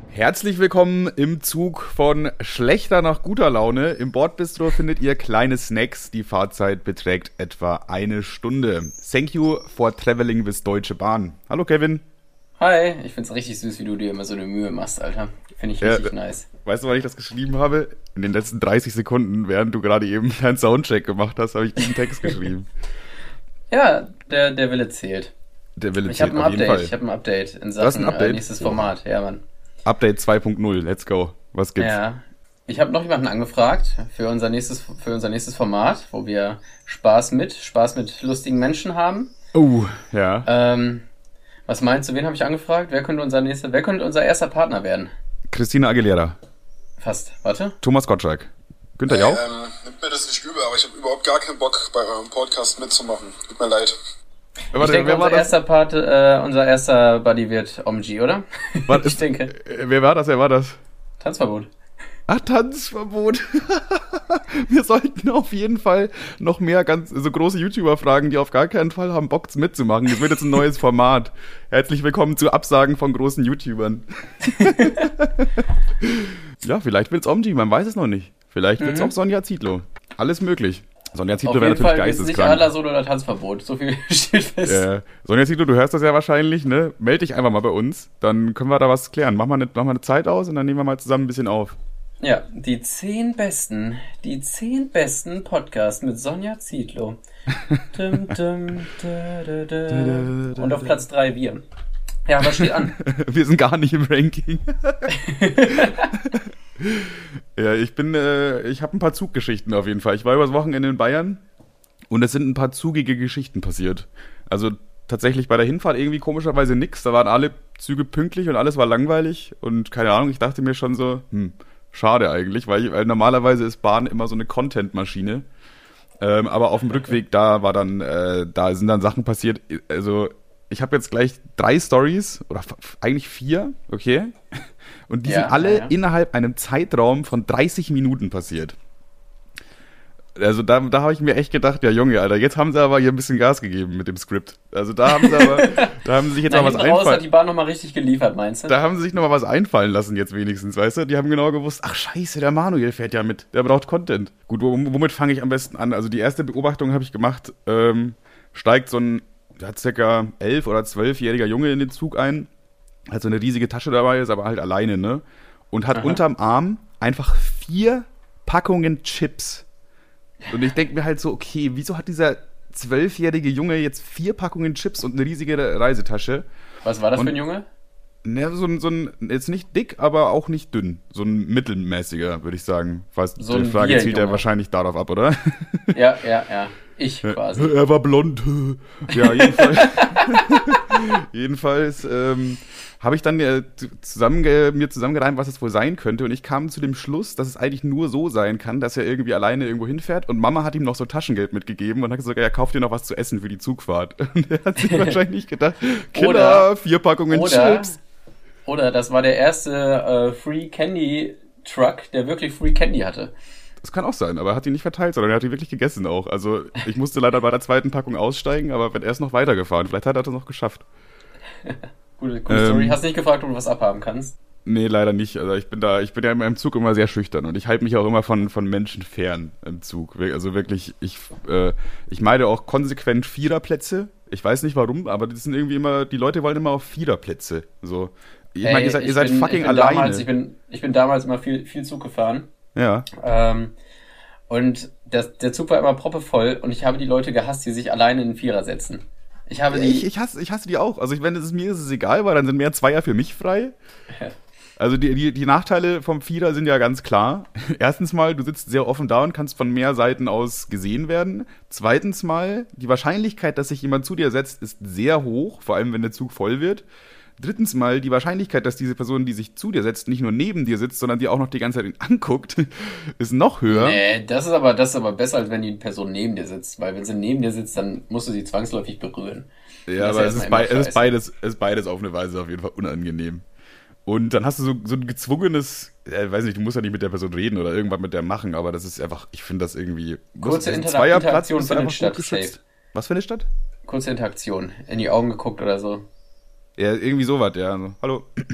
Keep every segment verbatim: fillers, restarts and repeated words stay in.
Herzlich willkommen im Zug von schlechter nach guter Laune. Im Bordbistro findet ihr kleine Snacks. Die Fahrzeit beträgt etwa eine Stunde. Thank you for traveling with Deutsche Bahn. Hallo Kevin. Hi, ich find's richtig süß, wie du dir immer so eine Mühe machst, Alter. Finde ich richtig ja, nice. Weißt du, wann ich das geschrieben habe? In den letzten dreißig Sekunden, während du gerade eben deinen Soundcheck gemacht hast, habe ich diesen Text geschrieben. Ja, der, der Wille zählt. Der Wille ich zählt, hab auf jeden Fall. Ich habe ein Update in Sachen ein Update? Äh, nächstes Format. Ja, Mann. Update zwei Punkt null, let's go. Was gibt's? Ja, ich habe noch jemanden angefragt für unser nächstes für unser nächstes Format, wo wir Spaß mit, Spaß mit lustigen Menschen haben. Oh, ja. Ähm, was meinst du, wen habe ich angefragt? Wer könnte unser nächster, wer könnte unser erster Partner werden? Christina Aguilera. Fast, warte. Thomas Gottschalk. Günther Ey, Jauch? Ähm, nimmt mir das nicht übel, aber ich habe überhaupt gar keinen Bock, bei eurem Podcast mitzumachen. Tut mir leid. Ich Warte, denke, unser erster, Part, äh, unser erster Buddy wird Omg, oder? Was, ich denke. Äh, wer war das? Wer war das? Tanzverbot. Ach, Tanzverbot. Wir sollten auf jeden Fall noch mehr ganz so große YouTuber fragen, die auf gar keinen Fall haben, Bock mitzumachen. Das wird jetzt ein neues Format. Herzlich willkommen zu Absagen von großen YouTubern. Ja, vielleicht wird's Omg, man weiß es noch nicht. Vielleicht wird's mhm. auch Sonja Zietlow. Alles möglich. Sonja Zietlow wäre natürlich geisteskrank. Nicht Adler-Solo oder Tanzverbot, so viel steht fest. Äh, Sonja Zietlow, du hörst das ja wahrscheinlich, ne? Meld dich einfach mal bei uns, dann können wir da was klären. Mach mal eine, mach mal eine Zeit aus und dann nehmen wir mal zusammen ein bisschen auf. Ja, die zehn besten, die zehn besten Podcasts mit Sonja Zietlow. dum, dum, da, da, da. Und auf Platz drei wir. Ja, was steht an? Wir sind gar nicht im Ranking. Ja, ich bin, äh, ich habe ein paar Zuggeschichten auf jeden Fall. Ich war übers Wochenende in Bayern und es sind ein paar zugige Geschichten passiert. Also tatsächlich bei der Hinfahrt irgendwie komischerweise nix. Da waren alle Züge pünktlich und alles war langweilig und keine Ahnung, ich dachte mir schon so, hm, schade eigentlich, weil, ich, weil normalerweise ist Bahn immer so eine Content-Maschine. Ähm, aber auf dem Rückweg, da war dann, äh, da sind dann Sachen passiert, also ich habe jetzt gleich drei Stories, oder f- eigentlich vier, okay? Und die ja, sind alle ja, ja. innerhalb einem Zeitraum von dreißig Minuten passiert. Also da, da habe ich mir echt gedacht, ja Junge, Alter, jetzt haben sie aber hier ein bisschen Gas gegeben mit dem Skript. Also da haben sie aber, da haben sie sich jetzt Na, mal was einfallen. einfallen. Hat die Bahn nochmal richtig geliefert, meinst du? Da haben sie sich nochmal was einfallen lassen jetzt wenigstens, weißt du? Die haben genau gewusst, ach scheiße, der Manuel fährt ja mit, der braucht Content. Gut, womit fange ich am besten an? Also die erste Beobachtung habe ich gemacht, ähm, steigt so ein, der hat circa elf- oder zwölfjähriger Junge in den Zug ein, hat so eine riesige Tasche dabei, ist aber halt alleine, ne? Und hat Aha. unterm Arm einfach vier Packungen Chips. Und ich denke mir halt so, okay, wieso hat dieser zwölfjährige Junge jetzt vier Packungen Chips und eine riesige Reisetasche? Was war das und, für ein Junge? Ne, so ein, so ein, jetzt nicht dick, aber auch nicht dünn. So ein mittelmäßiger, würde ich sagen. Fast, so die Frage zielt ja wahrscheinlich darauf ab, oder? Ja, ja, ja. Ich quasi. Er war blond. Ja, jedenfalls. jedenfalls ähm, habe ich dann äh, zusammen, mir zusammengereimt, was es wohl sein könnte. Und ich kam zu dem Schluss, dass es eigentlich nur so sein kann, dass er irgendwie alleine irgendwo hinfährt. Und Mama hat ihm noch so Taschengeld mitgegeben und hat gesagt, ja, kauf dir noch was zu essen für die Zugfahrt. Und er hat sich wahrscheinlich gedacht, Killer, oder, vier Packungen oder, Chips. Oder das war der erste äh, Free Candy Truck, der wirklich Free Candy hatte. Das kann auch sein, aber er hat die nicht verteilt, sondern er hat die wirklich gegessen auch. Also ich musste leider bei der zweiten Packung aussteigen, aber er ist noch weitergefahren. Vielleicht hat er das noch geschafft. Gute, gute ähm, Story. Hast nicht gefragt, ob du was abhaben kannst? Nee, leider nicht. Also ich bin da, ich bin ja in meinem Zug immer sehr schüchtern und ich halte mich auch immer von, von Menschen fern im Zug. Also wirklich, ich, äh, ich meide auch konsequent Viererplätze. Ich weiß nicht warum, aber das sind irgendwie immer, die Leute wollen immer auf Viererplätze. So. Ich meine, ihr seid, ihr seid bin, fucking ich bin alleine. Damals, ich, bin, ich bin damals immer viel, viel Zug gefahren. Ja. Ähm, und das, der Zug war immer proppevoll und ich habe die Leute gehasst, die sich alleine in den Vierer setzen. Ich habe die. Ich, ich, hasse, ich hasse die auch. Also, ich, wenn es mir ist es egal, weil dann sind mehr Zweier für mich frei. Also, die, die, die Nachteile vom Vierer sind ja ganz klar. Erstens mal, du sitzt sehr offen da und kannst von mehr Seiten aus gesehen werden. Zweitens mal, die Wahrscheinlichkeit, dass sich jemand zu dir setzt, ist sehr hoch, vor allem wenn der Zug voll wird. Drittens mal, die Wahrscheinlichkeit, dass diese Person, die sich zu dir setzt, nicht nur neben dir sitzt, sondern dir auch noch die ganze Zeit anguckt, ist noch höher. Nee, das ist aber, das ist aber besser, als wenn die Person neben dir sitzt. Weil wenn sie neben dir sitzt, dann musst du sie zwangsläufig berühren. Ja, aber es ist, bei, es, ist beides, es ist beides auf eine Weise auf jeden Fall unangenehm. Und dann hast du so, so ein gezwungenes, äh, weiß nicht, du musst ja nicht mit der Person reden oder irgendwas mit der machen, aber das ist einfach, ich finde das irgendwie... Kurze Inter- Interaktion findet statt. Was findet statt? Kurze Interaktion. In die Augen geguckt oder so. Ja, irgendwie sowas, ja. Also, hallo.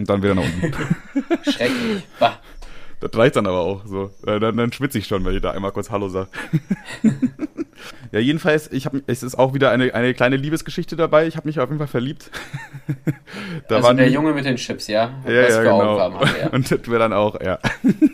und dann wieder nach unten. Schrecklich. Bah. Das reicht dann aber auch so. Dann, dann schwitze ich schon, wenn ich da einmal kurz Hallo sage. Ja, jedenfalls, ich hab, es ist auch wieder eine, eine kleine Liebesgeschichte dabei. Ich habe mich auf jeden Fall verliebt. Da also der die, Junge mit den Chips, ja? Ja, ja, genau. Haben, ja. Und das wäre dann auch, ja.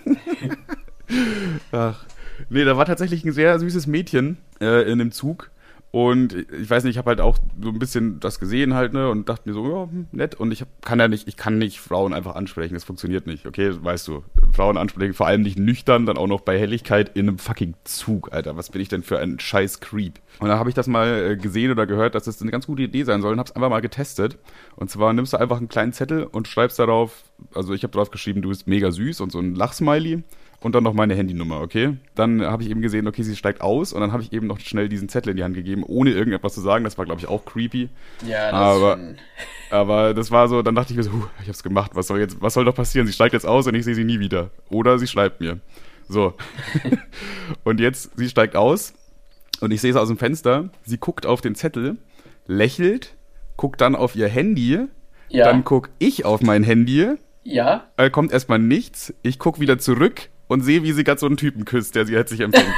Ach. Nee, da war tatsächlich ein sehr süßes Mädchen äh, in dem Zug. Und ich weiß nicht, ich habe halt auch so ein bisschen das gesehen halt, ne, und dachte mir so, ja, nett. Und ich hab, kann ja nicht, ich kann nicht Frauen einfach ansprechen, das funktioniert nicht, okay, weißt du. Frauen ansprechen, vor allem nicht nüchtern, dann auch noch bei Helligkeit in einem fucking Zug, Alter. Was bin ich denn für ein scheiß Creep? Und dann habe ich das mal gesehen oder gehört, dass das eine ganz gute Idee sein soll und hab's einfach mal getestet. Und zwar nimmst du einfach einen kleinen Zettel und schreibst darauf, also ich habe drauf geschrieben, du bist mega süß und so ein Lachsmiley. Und dann noch meine Handynummer, okay? Dann habe ich eben gesehen, okay, sie steigt aus und dann habe ich eben noch schnell diesen Zettel in die Hand gegeben, ohne irgendetwas zu sagen. Das war, glaube ich, auch creepy. Ja, das aber, ist schon... aber das war so, dann dachte ich mir so, huh, ich hab's gemacht, was soll jetzt, was soll doch passieren? Sie steigt jetzt aus und ich sehe sie nie wieder. Oder sie schreibt mir. So. Und jetzt, sie steigt aus und ich sehe sie aus dem Fenster. Sie guckt auf den Zettel, lächelt, guckt dann auf ihr Handy, ja. Dann guck ich auf mein Handy. Ja. Äh, kommt erstmal nichts. Ich guck wieder zurück und sehe, wie sie gerade so einen Typen küsst, der sie halt sich empfängt.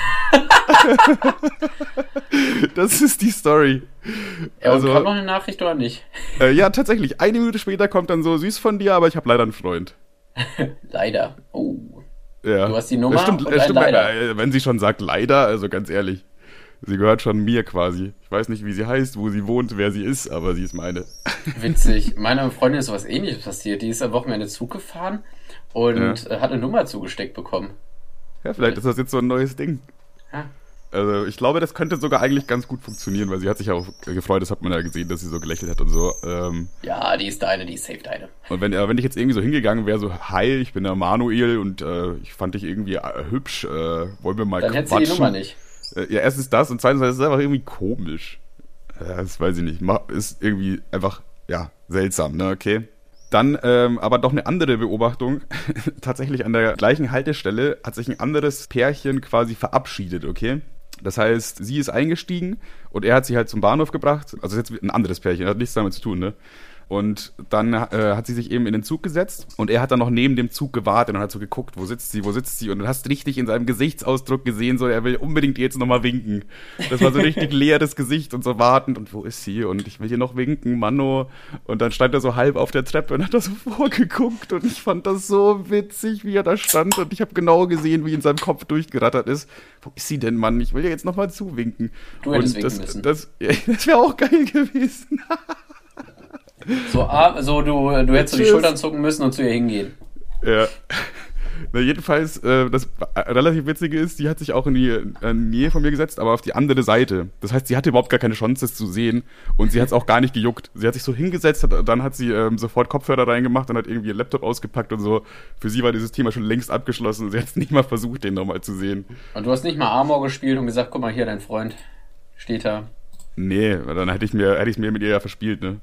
Das ist die Story. Ja, also, und kam noch eine Nachricht oder nicht? Äh, ja, tatsächlich. Eine Minute später kommt dann so, süß von dir, aber ich habe leider einen Freund. Leider. Oh. Ja. Du hast die Nummer stimmt, und stimmt, leider. Wenn, wenn sie schon sagt leider, also ganz ehrlich, sie gehört schon mir quasi. Ich weiß nicht, wie sie heißt, wo sie wohnt, wer sie ist, aber sie ist meine. Witzig. Meiner Freundin ist sowas Ähnliches passiert. Die ist am Wochenende Zug gefahren und ja. hat eine Nummer zugesteckt bekommen. Ja, vielleicht ist das jetzt so ein neues Ding. Ja. Also ich glaube, das könnte sogar eigentlich ganz gut funktionieren, weil sie hat sich ja auch gefreut, das hat man ja gesehen, dass sie so gelächelt hat und so. Ähm, ja, die ist deine, die ist safe deine. Und wenn, äh, wenn ich jetzt irgendwie so hingegangen wäre, so, hi, ich bin der Manuel und äh, ich fand dich irgendwie äh, hübsch, äh, wollen wir mal Dann quatschen? Dann hätte sie die Nummer nicht. Äh, ja, erstens das und zweitens, das ist einfach irgendwie komisch. Ja, das weiß ich nicht. Ist irgendwie einfach, ja, seltsam, ne, okay. Dann ähm, aber doch eine andere Beobachtung. Tatsächlich an der gleichen Haltestelle hat sich ein anderes Pärchen quasi verabschiedet, okay? Das heißt, sie ist eingestiegen und er hat sie halt zum Bahnhof gebracht. Also jetzt ein anderes Pärchen, hat nichts damit zu tun, ne? Und dann äh, hat sie sich eben in den Zug gesetzt und er hat dann noch neben dem Zug gewartet und hat so geguckt, wo sitzt sie, wo sitzt sie, und du hast richtig in seinem Gesichtsausdruck gesehen, so, er will unbedingt jetzt nochmal winken. Das war so richtig leeres Gesicht und so wartend und wo ist sie und ich will hier noch winken, Manno. Und dann stand er so halb auf der Treppe und hat da so vorgeguckt und ich fand das so witzig, wie er da stand und ich habe genau gesehen, wie in seinem Kopf durchgerattert ist. Wo ist sie denn, Mann? Ich will ihr jetzt nochmal zuwinken. Du hättest und winken das, müssen. Das, ja, das wäre auch geil gewesen. So, so du, du hättest so die Schultern zucken müssen und zu ihr hingehen. Ja. Na, jedenfalls, äh, das relativ Witzige ist, die hat sich auch in die äh, Nähe von mir gesetzt, aber auf die andere Seite. Das heißt, sie hatte überhaupt gar keine Chance, das zu sehen und sie hat es auch gar nicht gejuckt. Sie hat sich so hingesetzt, hat, dann hat sie ähm, sofort Kopfhörer reingemacht und hat irgendwie ihr Laptop ausgepackt und so. Für sie war dieses Thema schon längst abgeschlossen. Sie hat es nicht mal versucht, den nochmal zu sehen. Und du hast nicht mal Amor gespielt und gesagt, guck mal hier, dein Freund steht da. Nee, dann hätte ich mir, hätte ich mir mit ihr ja verspielt, ne?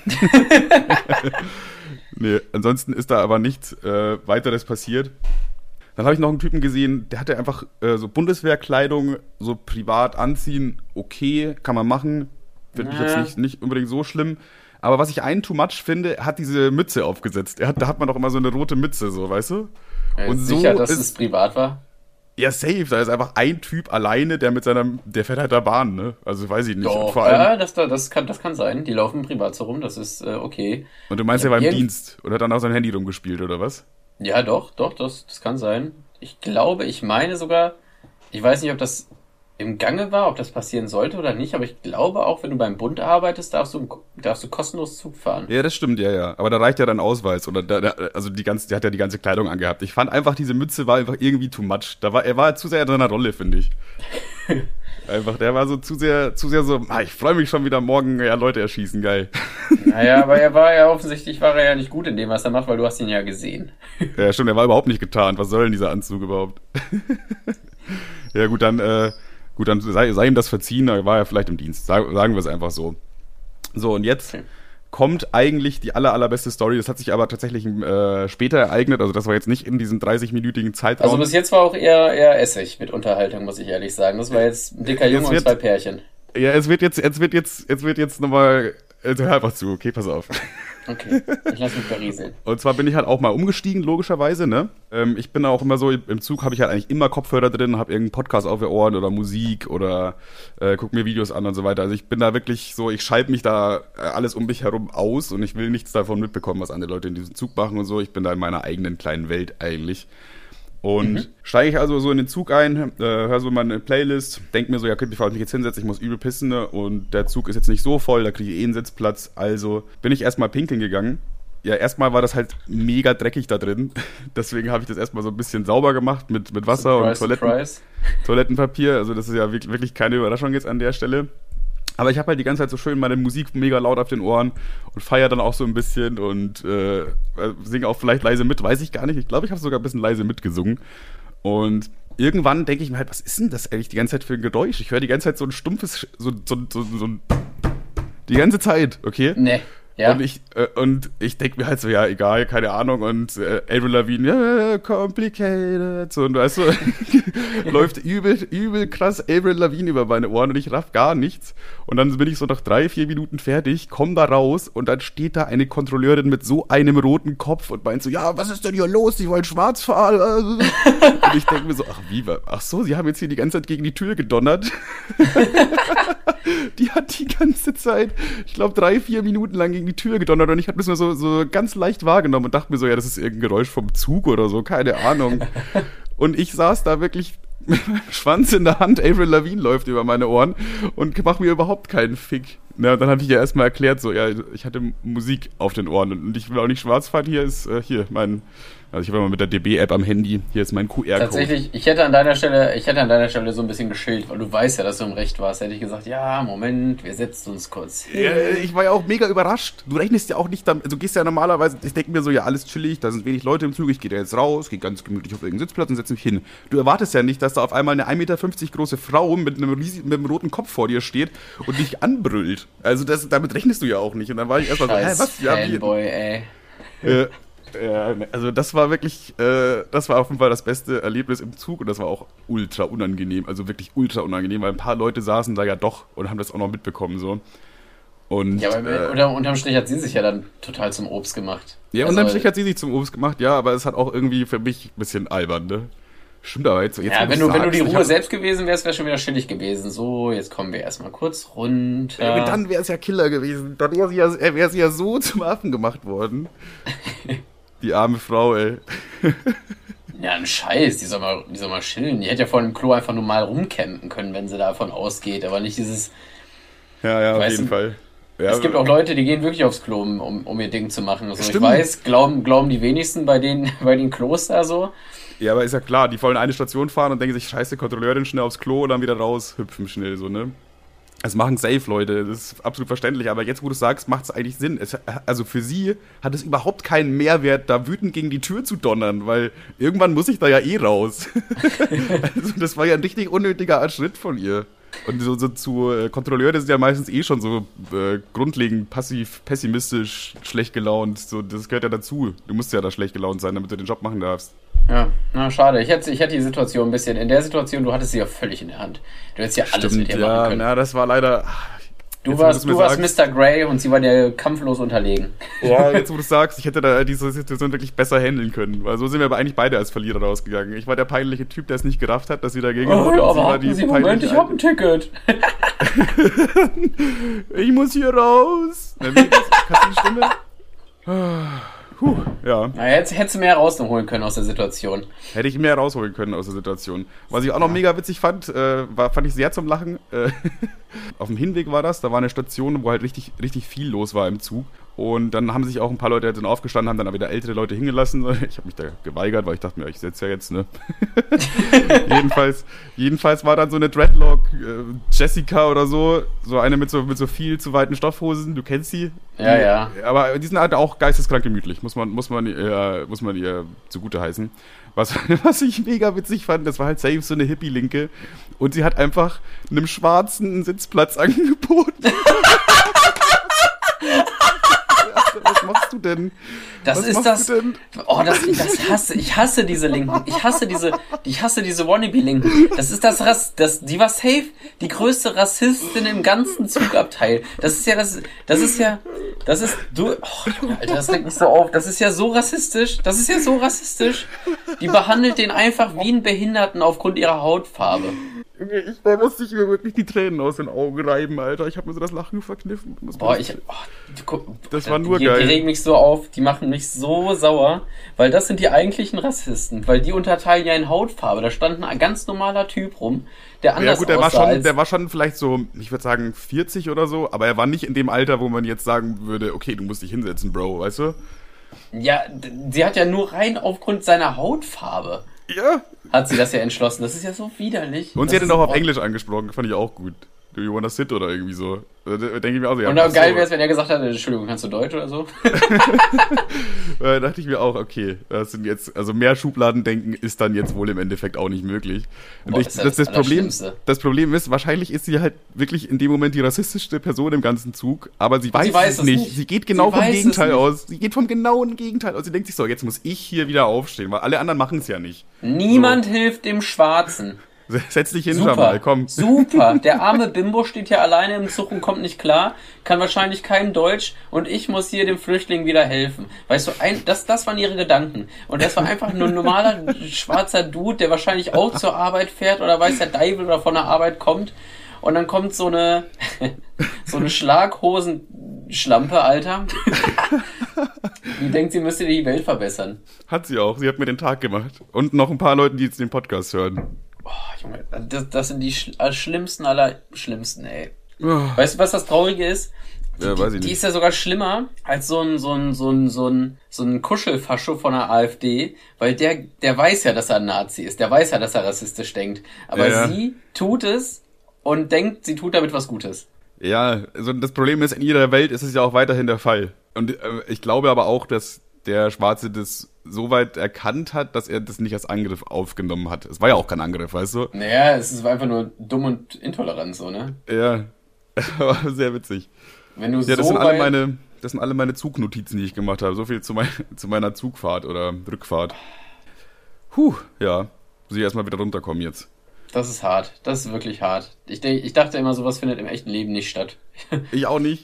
Nee, ansonsten ist da aber nichts äh, weiteres passiert. Dann habe ich noch einen Typen gesehen, der hatte einfach äh, so Bundeswehrkleidung, so privat anziehen, okay, kann man machen. Finde ich jetzt nicht, nicht unbedingt so schlimm. Aber was ich einen too much finde, er hat diese Mütze aufgesetzt. Er hat, da hat man doch immer so eine rote Mütze, so, weißt du? Er ist Und so sicher, dass ist, es privat war? Ja, safe. Da ist einfach ein Typ alleine, der mit seiner, der fährt halt der Bahn, ne? Also weiß ich nicht. Doch, und vor allem, ja, das, das, kann, das kann sein. Die laufen privat so rum, das ist äh, okay. Und du meinst, ja, er war im irgend... Dienst und hat dann auch sein Handy rumgespielt, oder was? Ja, doch, doch, das, das kann sein. Ich glaube, ich meine sogar, ich weiß nicht, ob das im Gange war, ob das passieren sollte oder nicht, aber ich glaube auch, wenn du beim Bund arbeitest, darfst du, darfst du kostenlos Zug fahren. Ja, das stimmt, ja, ja. Aber da reicht ja dein Ausweis. Oder da, da, also die ganze, der hat ja die ganze Kleidung angehabt. Ich fand einfach, diese Mütze war einfach irgendwie too much. Da war, er war zu sehr in seiner Rolle, finde ich. Einfach, der war so zu sehr, zu sehr so, ah, ich freue mich schon wieder morgen, ja, Leute erschießen, geil. Naja, aber er war ja offensichtlich, war er ja nicht gut in dem, was er macht, weil du hast ihn ja gesehen. Ja, stimmt, er war überhaupt nicht getarnt. Was soll denn dieser Anzug überhaupt? Ja, gut, dann, äh, Gut, dann sei, sei ihm das verziehen, er war ja vielleicht im Dienst. Sag, sagen wir es einfach so. So, und jetzt okay. kommt eigentlich die aller, allerbeste Story. Das hat sich aber tatsächlich äh, später ereignet. Also das war jetzt nicht in diesem dreißig-minütigen Zeitraum. Also bis jetzt war auch eher, eher Essig mit Unterhaltung, muss ich ehrlich sagen. Das war jetzt ein dicker Junge und zwei Pärchen. Ja, es wird jetzt, es wird jetzt, es wird jetzt nochmal, also hör einfach zu, okay, pass auf. Okay, ich lasse mich berieseln. Und zwar bin ich halt auch mal umgestiegen, logischerweise, ne? Ähm, ich bin auch immer so, im Zug habe ich halt eigentlich immer Kopfhörer drin, habe irgendeinen Podcast auf den Ohren oder Musik oder äh, guck mir Videos an und so weiter. Also ich bin da wirklich so, ich schalte mich da äh, alles um mich herum aus und ich will nichts davon mitbekommen, was andere Leute in diesem Zug machen und so. Ich bin da in meiner eigenen kleinen Welt eigentlich. Und mhm. steige ich also so in den Zug ein, äh, höre so meine Playlist, denke mir so, ja, bevor ich mich jetzt hinsetze, ich muss übel pissen, ne? Und der Zug ist jetzt nicht so voll, da kriege ich eh einen Sitzplatz. Also bin ich erstmal pinkeln gegangen. Ja, erstmal war das halt mega dreckig da drin. Deswegen habe ich das erstmal so ein bisschen sauber gemacht mit, mit Wasser surprise, und Toiletten, surprise. Toilettenpapier. Also das ist ja wirklich keine Überraschung jetzt an der Stelle. Aber ich habe halt die ganze Zeit so schön meine Musik mega laut auf den Ohren und feiere dann auch so ein bisschen und äh, singe auch vielleicht leise mit, weiß ich gar nicht. Ich glaube, ich habe sogar ein bisschen leise mitgesungen. Und irgendwann denke ich mir halt, was ist denn das eigentlich die ganze Zeit für ein Geräusch? Ich höre die ganze Zeit so ein stumpfes, so, so, so, so ein... Die ganze Zeit, okay? Nee. Ja. Und ich, äh, und ich denke mir halt so, ja, egal, keine Ahnung. Und äh, Avril Lavigne, yeah, complicated. So, und weißt du, läuft übel, übel krass Avril Lavigne über meine Ohren und ich raff gar nichts. Und dann bin ich so nach drei, vier Minuten fertig, komm da raus und dann steht da eine Kontrolleurin mit so einem roten Kopf und meint so, ja, was ist denn hier los? Die wollen schwarz fahren. Und ich denke mir so, ach wie, ach so, sie haben jetzt hier die ganze Zeit gegen die Tür gedonnert. Die hat die ganze Zeit, ich glaube, drei, vier Minuten lang gegen die Tür gedonnert und ich habe das nur so, so ganz leicht wahrgenommen und dachte mir so, ja, das ist irgendein Geräusch vom Zug oder so, keine Ahnung. Und ich saß da wirklich mit meinem Schwanz in der Hand, Avril Lavigne läuft über meine Ohren und mach mir überhaupt keinen Fick. Na, dann habe ich ja erstmal erklärt, so, ja, ich hatte Musik auf den Ohren und ich will auch nicht schwarz fahren, hier ist, äh, hier, mein... Also ich habe immer mit der D B-App am Handy, hier ist mein Q R-Code. Tatsächlich, ich hätte an deiner Stelle, ich hätte an deiner Stelle so ein bisschen geschillt, weil du weißt ja, dass du im Recht warst. Hätte ich gesagt, ja, Moment, wir setzen uns kurz hin. Ja, ich war ja auch mega überrascht. Du rechnest ja auch nicht damit, du gehst ja normalerweise, ich denke mir so, ja, alles chillig, da sind wenig Leute im Zug, ich gehe da jetzt raus, gehe ganz gemütlich auf irgendeinen Sitzplatz und setze mich hin. Du erwartest ja nicht, dass da auf einmal eine ein Meter fünfzig große Frau mit einem, riesigen, mit einem roten Kopf vor dir steht und dich anbrüllt. Also das, damit rechnest du ja auch nicht. Und dann war ich erstmal so, hä, was? Ja, Fanboy, ey. Äh, Ja, also das war wirklich, äh, das war auf jeden Fall das beste Erlebnis im Zug und das war auch ultra unangenehm, also wirklich ultra unangenehm, weil ein paar Leute saßen da ja doch und haben das auch noch mitbekommen so. Und, ja, aber äh, unter, unterm Strich hat sie sich ja dann total zum Obst gemacht. Ja, also, unterm Strich hat sie sich zum Obst gemacht, ja, aber es hat auch irgendwie für mich ein bisschen albern, ne? Stimmt aber jetzt. jetzt ja, wenn du, sagst, wenn du die Ruhe hab... selbst gewesen wärst, wäre schon wieder chillig gewesen. So, jetzt kommen wir erstmal kurz runter. Ja, aber dann wäre es ja Killer gewesen. Dann wäre sie, ja, wär sie ja so zum Affen gemacht worden. Die arme Frau, ey. Ja, ein Scheiß, die soll mal, die soll mal chillen. Die hätte ja vor dem Klo einfach nur mal rumcampen können, wenn sie davon ausgeht, aber nicht dieses... Ja, ja, auf jeden Fall. Ja, es gibt auch Leute, die gehen wirklich aufs Klo, um, um ihr Ding zu machen. Also ich weiß, glauben, glauben die wenigsten bei den, bei den Klos da so. Ja, aber ist ja klar, die wollen eine Station fahren und denken sich, scheiße, Kontrolleurin, schnell aufs Klo und dann wieder raus, hüpfen schnell so, ne? Das machen safe Leute, das ist absolut verständlich, aber jetzt, wo du sagst, macht es eigentlich Sinn. Es, also für sie hat es überhaupt keinen Mehrwert, da wütend gegen die Tür zu donnern, weil irgendwann muss ich da ja eh raus. Also das war ja ein richtig unnötiger Schritt von ihr. Und so, so zu äh, Kontrolleure sind ja meistens eh schon so äh, grundlegend passiv, pessimistisch, schlecht gelaunt. So, das gehört ja dazu. Du musst ja da schlecht gelaunt sein, damit du den Job machen darfst. Ja, na schade. Ich hätte, ich hätte die Situation ein bisschen, in der Situation, du hattest sie ja völlig in der Hand. Du hättest ja alles Stimmt, mit ihr ja, machen können. Ja, das war leider... Du warst, du warst Mister Grey und sie war dir kampflos unterlegen. Ja, jetzt wo du sagst, ich hätte da diese Situation wirklich besser handeln können. Weil so sind wir aber eigentlich beide als Verlierer rausgegangen. Ich war der peinliche Typ, der es nicht gerafft hat, dass sie dagegen... Oh, ja, aber die Sie, Moment, ich hab ein Ticket. Ich muss hier raus. Na, wie, kannst du die Stimme? Puh, ja. Na, hättest, hättest du mehr rausholen können aus der Situation. Hätte ich mehr rausholen können aus der Situation. Was ich auch noch ja. mega witzig fand, äh, war, fand ich sehr zum Lachen. Äh, auf dem Hinweg war das, da war eine Station, wo halt richtig, richtig viel los war im Zug. Und dann haben sich auch ein paar Leute dann aufgestanden, haben dann aber wieder ältere Leute hingelassen. Ich habe mich da geweigert, weil ich dachte mir, ich setze ja jetzt, ne? jedenfalls, jedenfalls war dann so eine Dreadlock, äh, Jessica oder so, so eine mit so, mit so viel zu weiten Stoffhosen, du kennst sie? Ja, die, ja. Aber die sind halt auch geisteskrank gemütlich, muss man, muss man, äh, muss man ihr zugute heißen. Was, was ich mega witzig fand, das war halt safe so eine Hippie-Linke und sie hat einfach einem Schwarzen einen Sitzplatz angeboten. Was machst du denn? Das Was ist das. Oh, das, das hasse ich. hasse diese Linken. Ich hasse diese, ich hasse diese Wannabe-Linken. Das ist das Rass, das, die war safe die größte Rassistin im ganzen Zugabteil. Das ist ja das, das ist ja, das ist, du, oh, Junge, Alter, das regt mich so auf. Das ist ja so rassistisch. Das ist ja so rassistisch. Die behandelt den einfach wie einen Behinderten aufgrund ihrer Hautfarbe. Ich, da musste ich mir wirklich die Tränen aus den Augen reiben, Alter. Ich habe mir so das Lachen verkniffen. Boah, ich, oh, guck, das war nur die, geil. Die regen mich so auf, die machen mich so sauer, weil das sind die eigentlichen Rassisten, weil die unterteilen ja in Hautfarbe. Da stand ein ganz normaler Typ rum, der anders ja gut, der aussah war schon, als der war schon vielleicht so, ich würde sagen vierzig oder so, aber er war nicht in dem Alter, wo man jetzt sagen würde, okay, du musst dich hinsetzen, Bro, weißt du? Ja, sie hat ja nur rein aufgrund seiner Hautfarbe. Ja. Hat sie das ja entschlossen. Das ist ja so widerlich. Und das sie hat ihn auch auf auch Englisch angesprochen, fand ich auch gut. Do you wanna sit oder irgendwie so. Da denke ich mir auch so, ja. Und auch geil so. wäre es, wenn er gesagt hätte, Entschuldigung, kannst du Deutsch oder so? Da dachte ich mir auch, okay, das sind jetzt, also mehr Schubladendenken ist dann jetzt wohl im Endeffekt auch nicht möglich. Und Boah, ich, ist ja das, das das, Problem, Allerschlimmste. das Problem ist, wahrscheinlich ist sie halt wirklich in dem Moment die rassistischste Person im ganzen Zug, aber sie weiß, sie weiß es es nicht. nicht. Sie geht genau Sie vom weiß es Gegenteil nicht. aus. Sie geht vom genauen Gegenteil aus. Sie denkt sich so, jetzt muss ich hier wieder aufstehen, weil alle anderen machen es ja nicht. Niemand so. Hilft dem Schwarzen. Setz dich hin, Super, Jamal, komm. super. Der arme Bimbo steht hier alleine im Zug und kommt nicht klar, kann wahrscheinlich kein Deutsch und ich muss hier dem Flüchtling wieder helfen. Weißt du, ein, das, das waren ihre Gedanken. Und das war einfach nur ein normaler schwarzer Dude, der wahrscheinlich auch zur Arbeit fährt oder weiß der Deibel oder von der Arbeit kommt. Und dann kommt so eine, so eine Schlaghosenschlampe, Alter. Die denkt, sie müsste die Welt verbessern. Hat sie auch. Sie hat mir den Tag gemacht. Und noch ein paar Leute, die jetzt den Podcast hören. Oh, Junge, das, das sind die Sch- schlimmsten aller Schlimmsten, ey. Oh. Weißt du, was das Traurige ist? Die, Ja, weiß ich die nicht. ist ja sogar schlimmer als so ein, so ein, so ein, so ein, so ein Kuschelfascho von der AfD, weil der, der weiß ja, dass er ein Nazi ist. Der weiß ja, dass er rassistisch denkt. Aber Ja. sie tut es und denkt, sie tut damit was Gutes. Ja, also das Problem ist, in ihrer Welt ist es ja auch weiterhin der Fall. Und äh, ich glaube aber auch, dass der Schwarze das so weit erkannt hat, dass er das nicht als Angriff aufgenommen hat. Es war ja auch kein Angriff, weißt du? Naja, es ist einfach nur dumm und intolerant so, ne? Ja, war sehr witzig. Wenn du Ja, das so sind alle weit- meine, das sind alle meine Zugnotizen, die ich gemacht habe. So viel zu, mein, zu meiner Zugfahrt oder Rückfahrt. Puh, ja. Muss ich erstmal wieder runterkommen jetzt. Das ist hart. Das ist wirklich hart. Ich, denk, ich dachte immer, sowas findet im echten Leben nicht statt. Ich auch nicht.